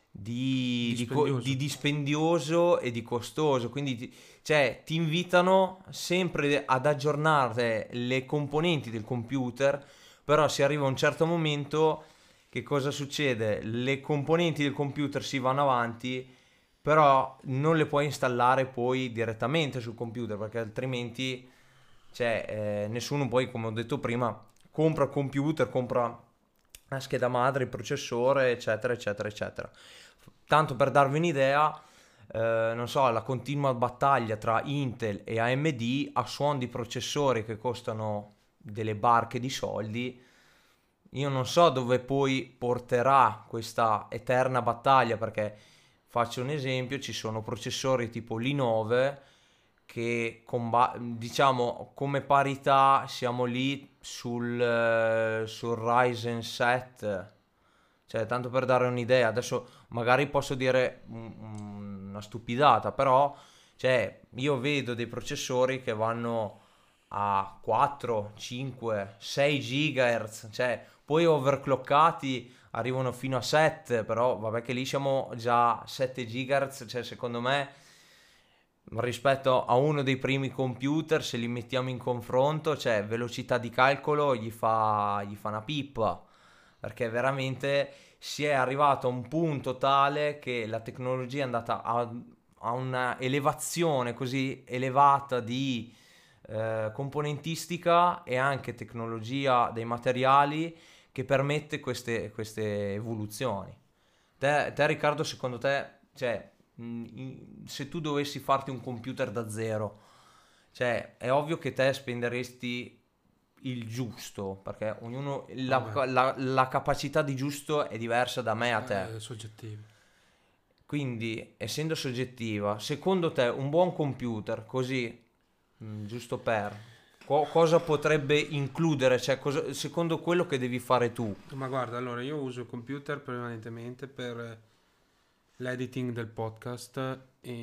di dispendioso e di costoso, quindi cioè, ti invitano sempre ad aggiornare le componenti del computer, però si arriva a un certo momento, che cosa succede? Le componenti del computer si vanno avanti, però non le puoi installare poi direttamente sul computer, perché altrimenti cioè, nessuno poi, come ho detto prima, compra il computer, compra la scheda madre, il processore, eccetera, eccetera, eccetera. Tanto per darvi un'idea, non so, la continua battaglia tra Intel e AMD a suon di processori che costano delle barche di soldi. Io non so dove poi porterà questa eterna battaglia, perché faccio un esempio: ci sono processori tipo l'i9 che diciamo come parità siamo lì sul Ryzen 7, cioè tanto per dare un'idea. Adesso magari posso dire una stupidata, però cioè io vedo dei processori che vanno a 4, 5, 6 GHz, cioè poi overclockati arrivano fino a 7, però vabbè che lì siamo già 7 GHz, cioè secondo me rispetto a uno dei primi computer, se li mettiamo in confronto, cioè velocità di calcolo gli fa una pippa, perché veramente si è arrivato a un punto tale che la tecnologia è andata a una elevazione così elevata di componentistica e anche tecnologia dei materiali, che permette queste evoluzioni. Te, Riccardo, secondo te, cioè, se tu dovessi farti un computer da zero, cioè, è ovvio che te spenderesti il giusto, perché ognuno, Vabbè, la capacità di giusto è diversa da me a te. è soggettivo. Quindi, essendo soggettiva, secondo te un buon computer, così, giusto per, cosa potrebbe includere? Cioè, secondo quello che devi fare tu? Ma guarda, allora io uso il computer prevalentemente per l'editing del podcast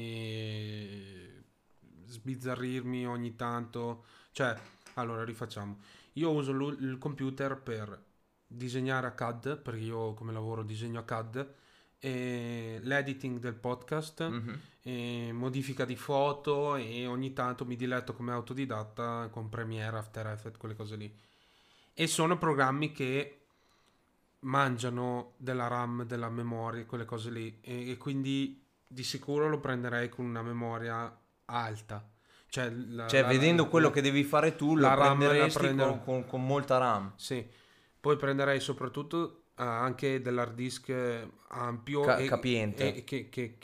e sbizzarrirmi ogni tanto. Cioè, allora rifacciamo. Io uso il computer per disegnare a CAD, perché io come lavoro disegno a CAD, e l'editing del podcast, Mhm. e modifica di foto, e ogni tanto mi diletto come autodidatta con Premiere, After Effects, quelle cose lì. E sono programmi che mangiano della RAM, della memoria, quelle cose lì, e quindi di sicuro lo prenderei con una memoria alta. Cioè Cioè, vedendo quello che devi fare tu, lo la RAM la prenderesti prendo. con molta RAM. Sì, poi prenderei soprattutto anche dell'hard disk ampio Capiente. e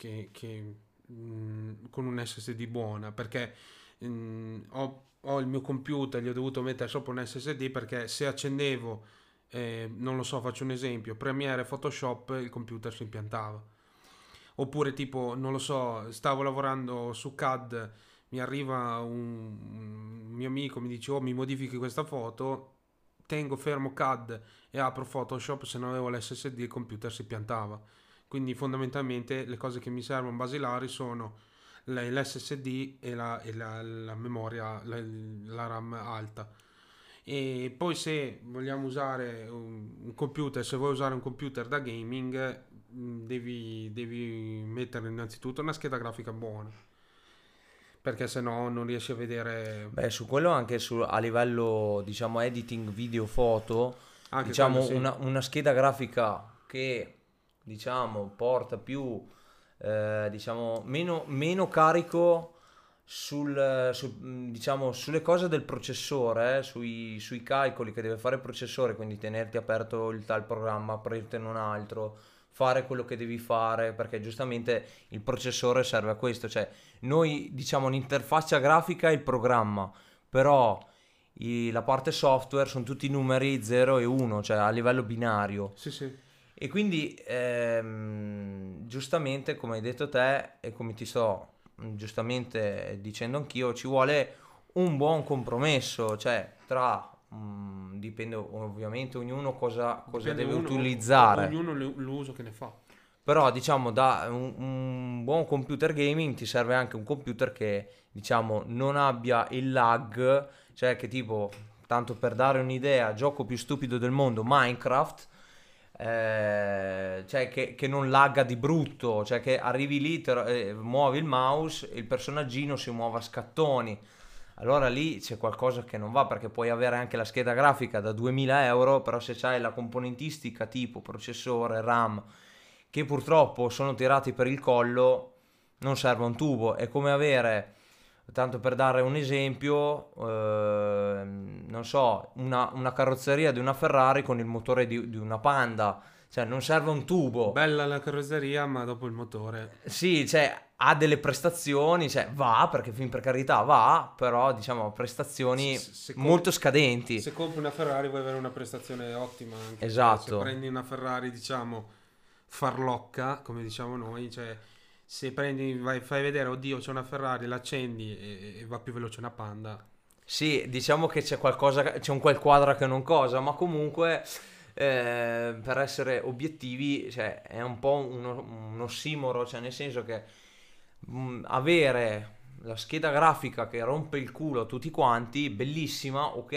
con un SSD buona, perché ho il mio computer, gli ho dovuto mettere sopra un SSD perché se accendevo, non lo so, faccio un esempio, Premiere, Photoshop, il computer si impiantava. Oppure tipo, non lo so, stavo lavorando su CAD, mi arriva un mio amico, mi dice, oh, mi modifichi questa foto, tengo fermo CAD e apro Photoshop, se non avevo l'SSD il computer si piantava. Quindi fondamentalmente le cose che mi servono basilari sono l'SSD e la memoria, la RAM alta. E poi se vogliamo usare un computer, se vuoi usare un computer da gaming, devi mettere innanzitutto una scheda grafica buona, perché se no non riesci a vedere Beh, su quello anche a livello, diciamo, editing video foto, anche quello, diciamo, sì. una scheda grafica che, diciamo, porta più, diciamo, meno carico diciamo, sulle cose del processore, sui calcoli che deve fare il processore, quindi tenerti aperto il tal programma, aprirtene un altro, fare quello che devi fare, perché giustamente il processore serve a questo, cioè noi diciamo l'interfaccia grafica è il programma, però la parte software sono tutti numeri 0 e 1, cioè a livello binario. Sì, sì. E quindi giustamente, come hai detto te e come ti sto giustamente dicendo anch'io, ci vuole un buon compromesso, cioè tra dipende ovviamente ognuno cosa Dipende deve uno, utilizzare. ognuno l'uso che ne fa. Però diciamo da un buon computer gaming ti serve anche un computer che diciamo non abbia il lag, cioè che tipo, tanto per dare un'idea, gioco più stupido del mondo, Minecraft, cioè che non lagga di brutto, cioè che arrivi lì, muovi il mouse e il personaggino si muove a scattoni. Allora lì c'è qualcosa che non va, perché puoi avere anche la scheda grafica da 2000 euro, però se c'hai la componentistica tipo processore, RAM, che purtroppo sono tirati per il collo, non serve un tubo. È come avere, tanto per dare un esempio, non so, una carrozzeria di una Ferrari con il motore di una Panda, cioè non serve un tubo. Bella la carrozzeria, ma dopo il motore. Sì, cioè ha delle prestazioni, cioè va, perché fin per carità va, però diciamo Se, prestazioni se- se com- molto scadenti. se compri una Ferrari vuoi avere una prestazione ottima anche. Cioè, se Esatto. prendi una Ferrari, diciamo, farlocca, come diciamo noi, cioè se prendi, fai vedere, oddio, c'è una Ferrari, l'accendi e va più veloce una Panda. Sì, diciamo che c'è qualcosa, c'è un quel quadra che non cosa, ma comunque per essere obiettivi, cioè, è un po' un ossimoro, cioè nel senso che avere la scheda grafica che rompe il culo a tutti quanti, bellissima, ok,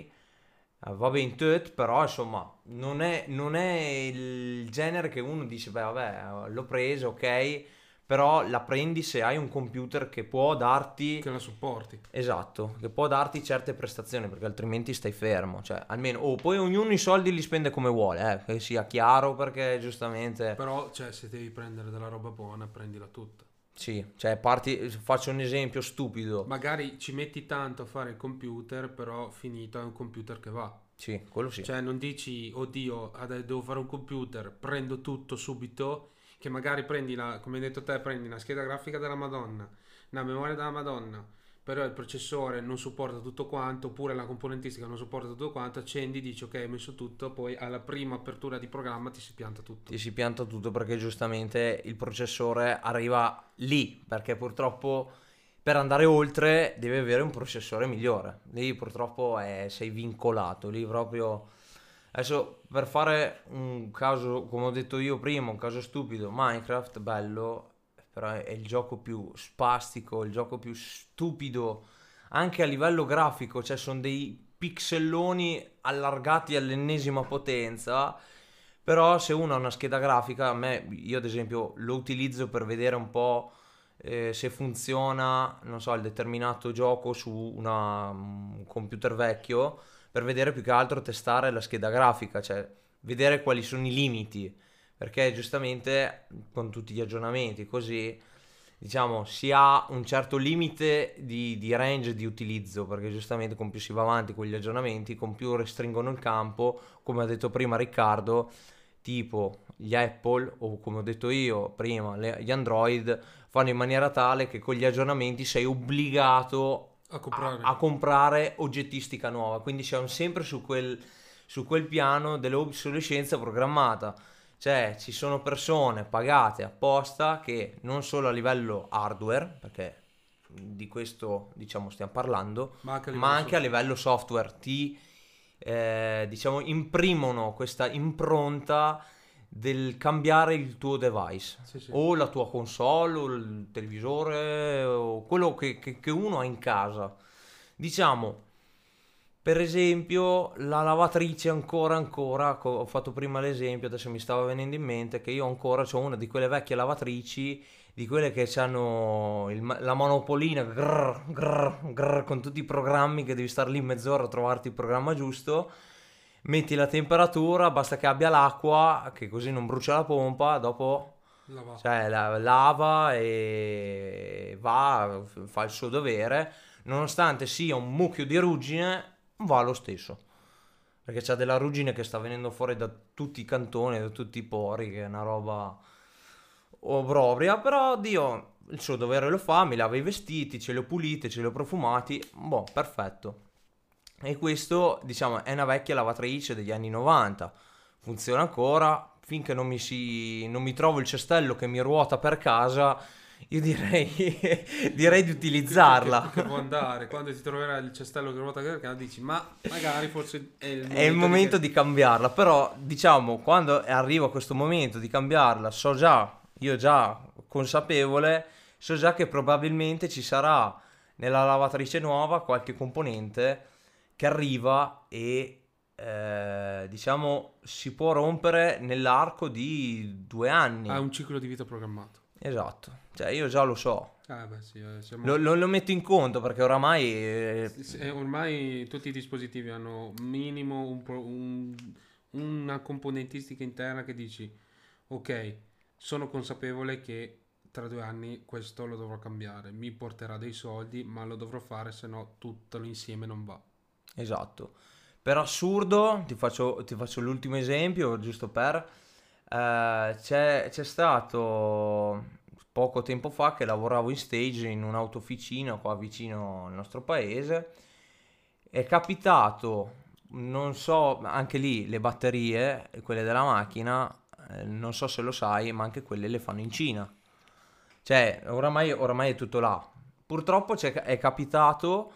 va bene tutto, però insomma non è il genere che uno dice, beh vabbè, l'ho preso, ok, però la prendi se hai un computer che può darti. Che la supporti. Esatto, che può darti certe prestazioni, perché altrimenti stai fermo, cioè almeno, poi ognuno i soldi li spende come vuole, che sia chiaro, perché giustamente, Però, cioè, se devi prendere della roba buona, prendila tutta. sì, cioè faccio un esempio stupido, Magari ci metti tanto a fare il computer, però finito è un computer che va. sì, quello sì, Cioè, non dici, oddio, devo fare un computer, prendo tutto subito, che magari prendi come hai detto te, prendi una scheda grafica della Madonna, una memoria della Madonna, però il processore non supporta tutto quanto, oppure la componentistica non supporta tutto quanto, accendi, dici ok, hai messo tutto, poi alla prima apertura di programma ti si pianta tutto. ti si pianta tutto perché giustamente il processore arriva lì, perché purtroppo per andare oltre devi avere un processore migliore, lì purtroppo sei vincolato, lì proprio. Adesso per fare un caso, come ho detto io prima, un caso stupido, Minecraft, bello, però è il gioco più spastico, il gioco più stupido, anche a livello grafico, cioè sono dei pixelloni allargati all'ennesima potenza, però se uno ha una scheda grafica, io ad esempio lo utilizzo per vedere un po' se funziona, non so, il determinato gioco su un computer vecchio, per vedere più che altro testare la scheda grafica, cioè vedere quali sono i limiti, perché giustamente con tutti gli aggiornamenti così, diciamo, si ha un certo limite di range di utilizzo, perché giustamente con più si va avanti con gli aggiornamenti, con più restringono il campo, come ha detto prima Riccardo, tipo gli Apple o come ho detto io prima, gli Android fanno in maniera tale che con gli aggiornamenti sei obbligato A comprare. a comprare oggettistica nuova, quindi siamo sempre su quel piano dell'obsolescenza programmata, cioè ci sono persone pagate apposta che non solo a livello hardware, perché di questo diciamo stiamo parlando, Ma anche a ma livello anche a livello software ti diciamo imprimono questa impronta del cambiare il tuo device, Sì, sì. o la tua console, o il televisore, o quello che uno ha in casa. Diciamo, per esempio, la lavatrice ancora, ho fatto prima l'esempio, adesso mi stava venendo in mente che io ancora ho una di quelle vecchie lavatrici, di quelle che hanno la monopolina, grrr, grrr, grrr, con tutti i programmi che devi stare lì mezz'ora a trovarti il programma giusto, metti la temperatura, basta che abbia l'acqua, che così non brucia la pompa, dopo Lavato. cioè lava e va, fa il suo dovere, nonostante sia un mucchio di ruggine, va lo stesso. Perché c'è della ruggine che sta venendo fuori da tutti i cantoni, da tutti i pori, che è una roba obrobria, però Dio il suo dovere lo fa, mi lava i vestiti, ce li ho puliti, ce li ho profumati, boh, perfetto. E questo, diciamo, è una vecchia lavatrice degli anni 90, funziona ancora, finché non mi trovo il cestello che mi ruota per casa, io direi, direi di utilizzarla. Che può andare, quando ti troverai il cestello che ruota per casa dici, ma magari forse è il È il momento momento di cambiarla, però diciamo quando arrivo a questo momento di cambiarla, so già, io già consapevole, so già che probabilmente ci sarà nella lavatrice nuova qualche componente che arriva e diciamo si può rompere nell'arco di 2 anni. ha un ciclo di vita programmato. Esatto, cioè io già lo so, Beh sì, siamo... lo metto in conto perché oramai Ormai tutti i dispositivi hanno minimo una componentistica interna che dici, ok, sono consapevole che tra 2 anni questo lo dovrò cambiare, mi porterà dei soldi, ma lo dovrò fare, se no tutto l'insieme non va. esatto. Per assurdo, ti faccio l'ultimo esempio, giusto per... c'è stato poco tempo fa che lavoravo in stage in un'autofficina qua vicino al nostro paese. È capitato, non so, anche lì le batterie, quelle della macchina, non so se lo sai, ma anche quelle le fanno in Cina. Cioè, oramai è tutto là. Purtroppo è capitato,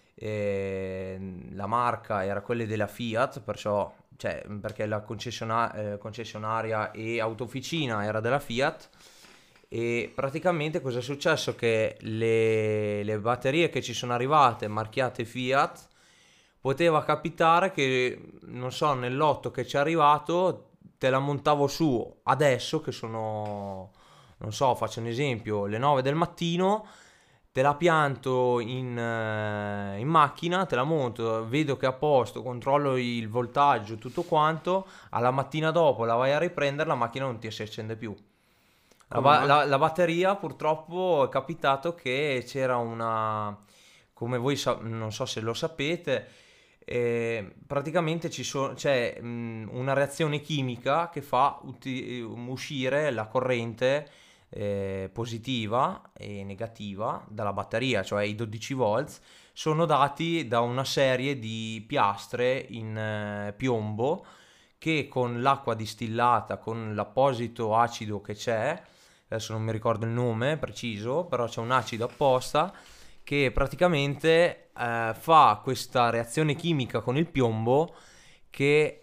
la marca era quella della Fiat, perciò, cioè, perché la concessionaria e autofficina era della Fiat. E praticamente cosa è successo? Che le batterie che ci sono arrivate marchiate Fiat, poteva capitare che, non so, nel lotto che ci è arrivato, te la montavo su adesso che sono, non so, faccio un esempio, le 9 del mattino, te la pianto in macchina, te la monto, vedo che è a posto, controllo il voltaggio, tutto quanto, alla mattina dopo la vai a riprendere, la macchina non ti si accende più. Come mai? La batteria purtroppo è capitato che c'era una, come voi non so se lo sapete, praticamente c'è una reazione chimica che fa uscire la corrente positiva e negativa dalla batteria, cioè i 12 volts, sono dati da una serie di piastre in piombo che con l'acqua distillata, con l'apposito acido che c'è, adesso non mi ricordo il nome preciso, però c'è un acido apposta che praticamente fa questa reazione chimica con il piombo che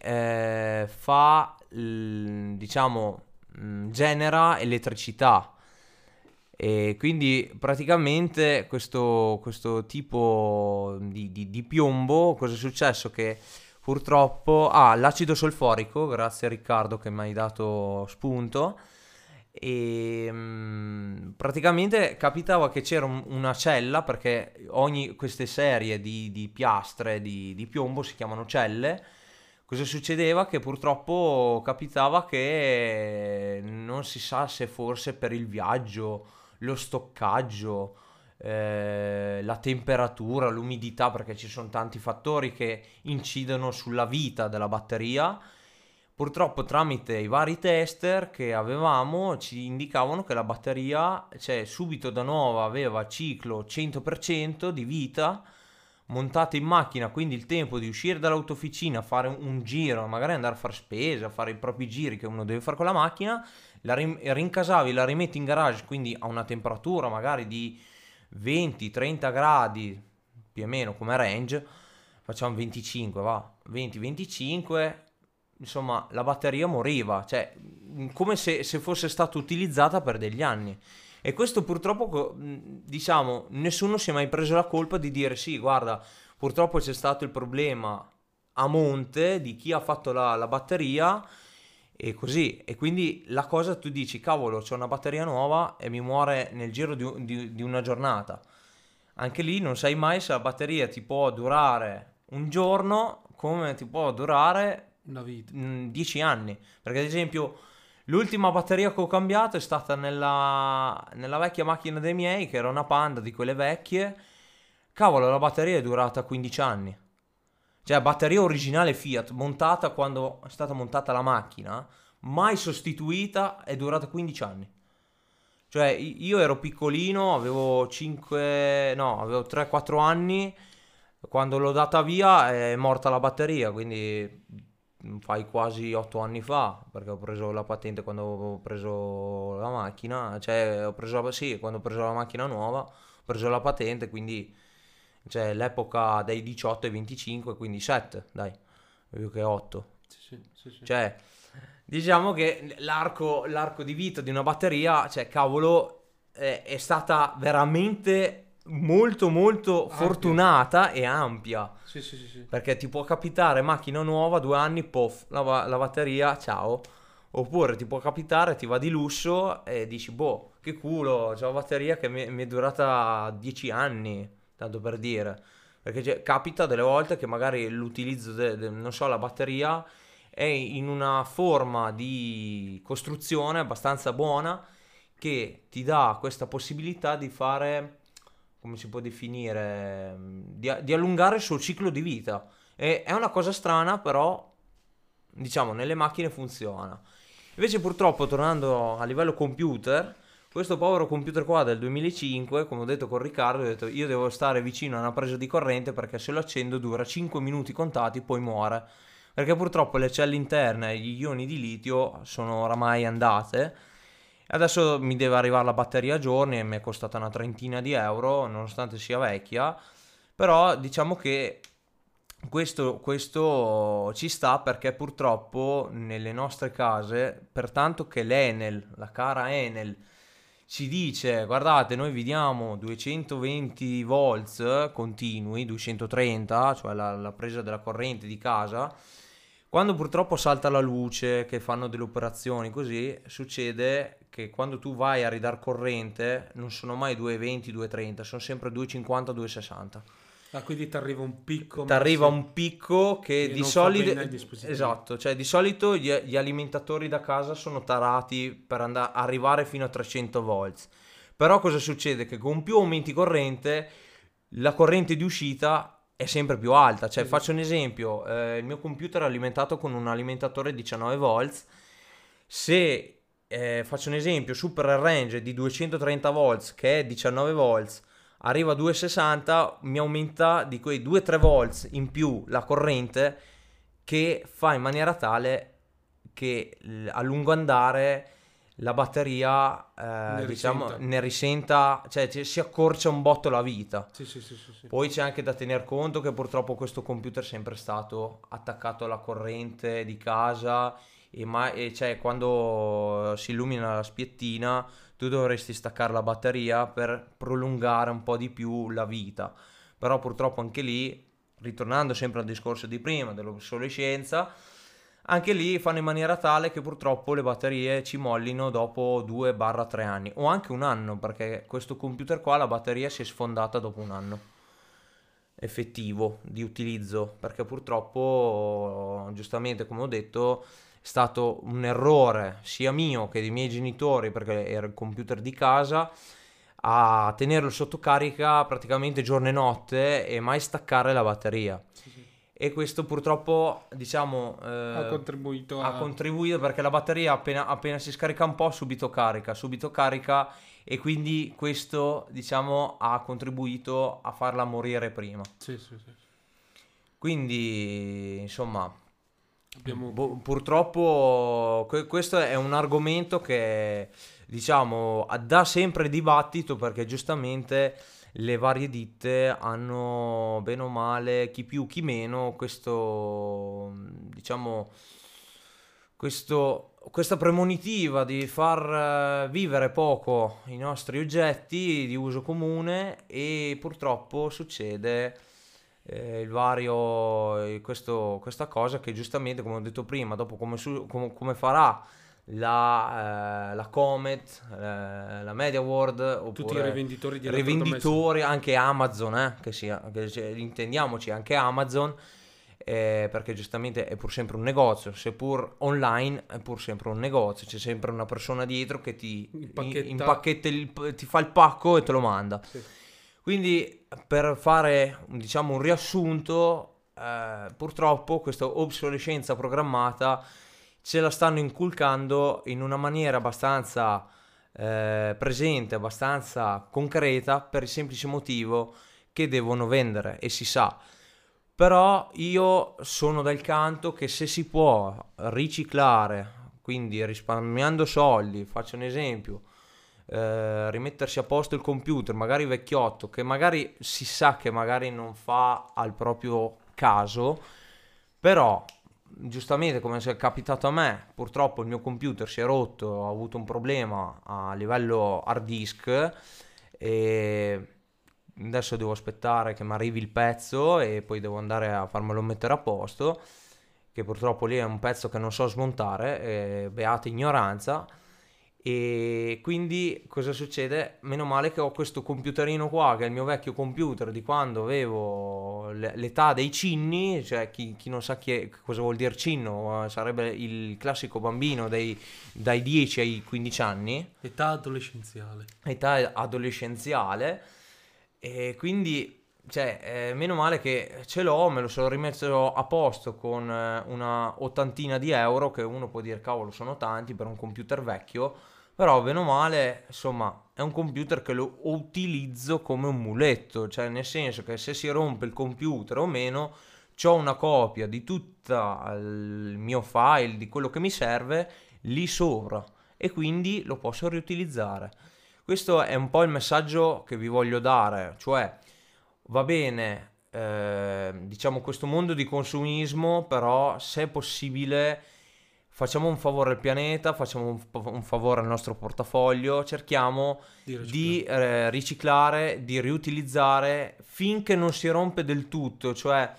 diciamo, genera elettricità. E quindi praticamente questo tipo di piombo, cosa è successo? Che purtroppo l'acido solforico, grazie a Riccardo che mi hai dato spunto, e praticamente capitava che c'era una cella, perché queste serie di piastre di piombo si chiamano celle. Cosa succedeva? Che purtroppo capitava che non si sa se forse per il viaggio, lo stoccaggio, la temperatura, l'umidità, perché ci sono tanti fattori che incidono sulla vita della batteria. Purtroppo tramite i vari tester che avevamo ci indicavano che la batteria, cioè subito da nuova, aveva ciclo 100% di vita, montata in macchina, quindi il tempo di uscire dall'autofficina, fare un giro, magari andare a fare spesa, fare i propri giri che uno deve fare con la macchina, la rincasavi, la rimetti in garage, quindi a una temperatura magari di 20-30 gradi, più o meno come range, facciamo 25, va, 20-25, insomma, la batteria moriva, cioè come se fosse stata utilizzata per degli anni. E questo purtroppo, diciamo, nessuno si è mai preso la colpa di dire sì, guarda, purtroppo c'è stato il problema a monte di chi ha fatto la batteria e così. E quindi la cosa tu dici, cavolo, c'ho una batteria nuova e mi muore nel giro di una giornata. Anche lì non sai mai se la batteria ti può durare un giorno come ti può durare Una vita. 10 anni. Perché ad esempio l'ultima batteria che ho cambiato è stata nella vecchia macchina dei miei, che era una Panda di quelle vecchie. Cavolo, la batteria è durata 15 anni. Cioè, batteria originale Fiat, montata quando è stata montata la macchina, mai sostituita, è durata 15 anni. Cioè, io ero piccolino, avevo 5, no, avevo 3-4 anni, quando l'ho data via è morta la batteria, quindi fai quasi 8 anni fa, perché ho preso la patente quando ho preso la macchina, cioè ho preso sì, quando ho preso la macchina nuova, ho preso la patente, quindi cioè l'epoca dai 18 ai 25, quindi 7, dai, più che 8. Sì, sì, sì, sì. Cioè, diciamo che l'arco di vita di una batteria, cioè, cavolo, è stata veramente molto molto Ampia. fortunata e ampia. Sì, sì, sì, sì. Perché ti può capitare macchina nuova, 2 anni, pof, la batteria, ciao. Oppure ti può capitare, ti va di lusso e dici, boh, che culo, c'ho la batteria che mi è durata 10 anni, tanto per dire. Perché capita delle volte che magari l'utilizzo, non so, la batteria è in una forma di costruzione abbastanza buona che ti dà questa possibilità di fare, come si può definire, di allungare il suo ciclo di vita. E è una cosa strana, però, diciamo, nelle macchine funziona. Invece purtroppo, tornando a livello computer, questo povero computer qua del 2005, come ho detto con Riccardo, ho detto io devo stare vicino a una presa di corrente perché se lo accendo dura 5 minuti contati, poi muore. Perché purtroppo le celle interne e gli ioni di litio sono oramai andate. Adesso mi deve arrivare la batteria a giorni e mi è costata una trentina di euro, nonostante sia vecchia. Però diciamo che questo ci sta perché purtroppo nelle nostre case, pertanto che l'Enel, la cara Enel, ci dice guardate noi vi diamo 220 volts continui, 230, cioè la presa della corrente di casa, quando purtroppo salta la luce, che fanno delle operazioni così, succede che quando tu vai a ridar corrente non sono mai 220, 230, sono sempre 250, 260. Ah, quindi ti arriva un picco Ti arriva massimo un picco che che di non fa solito, bene al dispositivo. esatto, cioè di solito gli alimentatori da casa sono tarati per arrivare fino a 300 volts. Però cosa succede? Che con più aumenti corrente, la corrente di uscita è sempre più alta. Cioè, Sì, sì. faccio un esempio, il mio computer è alimentato con un alimentatore 19 volts. Se faccio un esempio, supera il range di 230 volts, che è 19 volts, arriva a 260, mi aumenta di quei 2-3 volts in più la corrente, che fa in maniera tale che a lungo andare la batteria Ne diciamo risenta. ne risenta, cioè si accorcia un botto la vita. Sì, sì, sì, sì, sì. Poi c'è anche da tener conto che purtroppo questo computer è sempre stato attaccato alla corrente di casa e cioè quando si illumina la spiettina tu dovresti staccare la batteria per prolungare un po' di più la vita. Però purtroppo anche lì, ritornando sempre al discorso di prima dell'obsolescenza, anche lì fanno in maniera tale che purtroppo le batterie ci mollino dopo 2-3 anni o anche un anno, perché questo computer qua la batteria si è sfondata dopo un anno effettivo di utilizzo, perché purtroppo, giustamente come ho detto, è stato un errore sia mio che dei miei genitori, perché era il computer di casa, a tenerlo sotto carica praticamente giorno e notte e mai staccare la batteria. Sì, sì. E questo purtroppo, diciamo, Ha contribuito ha a... contribuito perché la batteria appena si scarica un po' subito carica e quindi questo, diciamo, ha contribuito a farla morire prima. Sì, sì, sì. Quindi, insomma, Abbiamo... purtroppo questo è un argomento che, diciamo, dà sempre dibattito perché giustamente le varie ditte hanno bene o male, chi più chi meno, questo, diciamo, questa premonitiva di far vivere poco i nostri oggetti di uso comune, e purtroppo succede questa cosa che giustamente, come ho detto prima, dopo come farà la Comet, la Media World, Tutti i oppure rivenditori di rivenditori, anche Amazon, intendiamoci, anche Amazon, perché giustamente è pur sempre un negozio, seppur online è pur sempre un negozio, c'è sempre una persona dietro che ti impacchetta ti fa il pacco e te lo manda. Sì. Quindi, per fare, diciamo, un riassunto, purtroppo questa obsolescenza programmata ce la stanno inculcando in una maniera abbastanza presente, abbastanza concreta, per il semplice motivo che devono vendere, e si sa. Però io sono del canto che se si può riciclare, quindi risparmiando soldi, faccio un esempio, rimettersi a posto il computer, magari vecchiotto, che magari si sa che magari non fa al proprio caso, però giustamente, come è capitato a me, purtroppo il mio computer si è rotto, ho avuto un problema a livello hard disk, e adesso devo aspettare che mi arrivi il pezzo e poi devo andare a farmelo mettere a posto, che purtroppo lì è un pezzo che non so smontare, beata ignoranza. E quindi cosa succede? Meno male che ho questo computerino qua, che è il mio vecchio computer di quando avevo l'età dei cinni, cioè chi non sa cosa vuol dire cinno, sarebbe il classico bambino dai 10 ai 15 anni. Età adolescenziale. Età adolescenziale, e quindi, cioè, meno male che ce l'ho, me lo sono rimesso a posto con una ottantina di euro, che uno può dire cavolo sono tanti per un computer vecchio, però bene o male, insomma, è un computer che lo utilizzo come un muletto, cioè nel senso che se si rompe il computer o meno, c'ho una copia di tutto il mio file, di quello che mi serve, lì sopra, e quindi lo posso riutilizzare. Questo è un po' il messaggio che vi voglio dare, cioè va bene, diciamo, questo mondo di consumismo, però se è possibile facciamo un favore al pianeta, facciamo un favore al nostro portafoglio, cerchiamo di riciclare, di riutilizzare finché non si rompe del tutto, cioè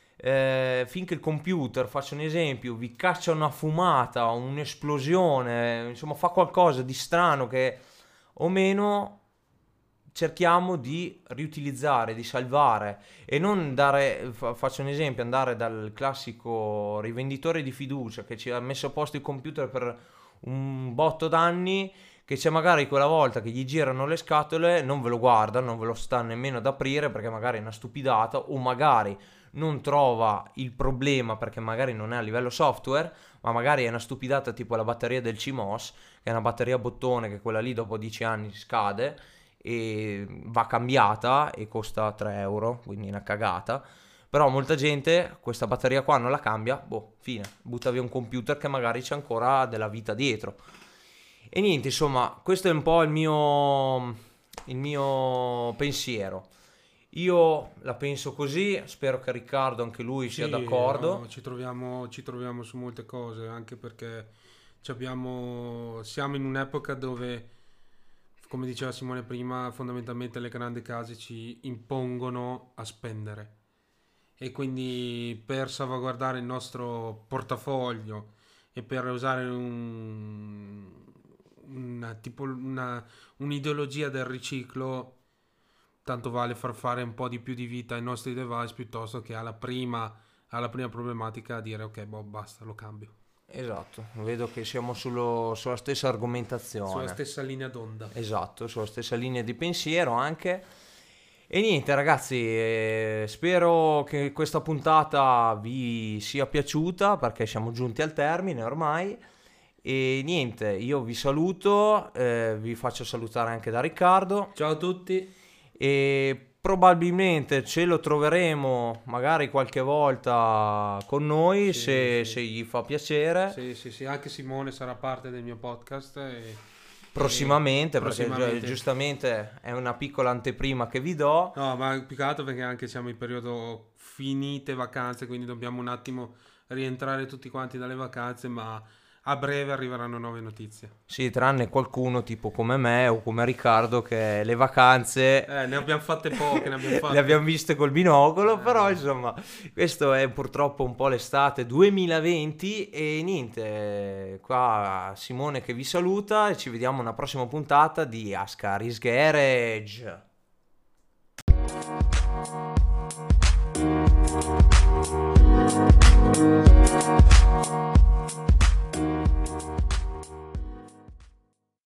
finché il computer, faccio un esempio, vi caccia una fumata, un'esplosione, insomma fa qualcosa di strano che o meno, cerchiamo di riutilizzare, di salvare, e non dare, faccio un esempio, andare dal classico rivenditore di fiducia che ci ha messo a posto il computer per un botto d'anni, che c'è magari quella volta che gli girano le scatole, non ve lo guarda, non ve lo sta nemmeno ad aprire perché magari è una stupidata, o magari non trova il problema perché magari non è a livello software, ma magari è una stupidata tipo la batteria del CMOS, che è una batteria a bottone che quella lì dopo 10 anni scade e va cambiata e costa 3 euro, quindi una cagata. Però molta gente questa batteria qua non la cambia, boh, fine, butta via un computer che magari c'è ancora della vita dietro. E niente, insomma, questo è un po' il mio pensiero. Io la penso così, spero che Riccardo anche lui sia d'accordo. No, ci troviamo su molte cose, anche perché siamo in un'epoca dove, come diceva Simone prima, fondamentalmente le grandi case ci impongono a spendere, e quindi per salvaguardare il nostro portafoglio e per usare un'ideologia del riciclo, tanto vale far fare un po' di più di vita ai nostri device piuttosto che alla prima problematica dire ok, boh, basta, lo cambio. Esatto, vedo che siamo sulla stessa argomentazione. Sulla stessa linea d'onda. Esatto, sulla stessa linea di pensiero anche. E niente ragazzi, spero che questa puntata vi sia piaciuta, perché siamo giunti al termine ormai. E niente, io vi saluto, vi faccio salutare anche da Riccardo. Ciao a tutti. E probabilmente ce lo troveremo magari qualche volta con noi, se gli fa piacere. Sì, anche Simone sarà parte del mio podcast prossimamente, perché giustamente è una piccola anteprima che vi do. No, ma più che altro perché anche siamo in periodo finite vacanze, quindi dobbiamo un attimo rientrare tutti quanti dalle vacanze, ma a breve arriveranno nuove notizie. Sì, tranne qualcuno tipo come me o come Riccardo che le vacanze Ne abbiamo fatte poche, ne abbiamo fatte. le abbiamo viste col binocolo, però insomma, questo è purtroppo un po' l'estate 2020 e niente, qua Simone che vi saluta e ci vediamo alla prossima puntata di Ascaris Garage.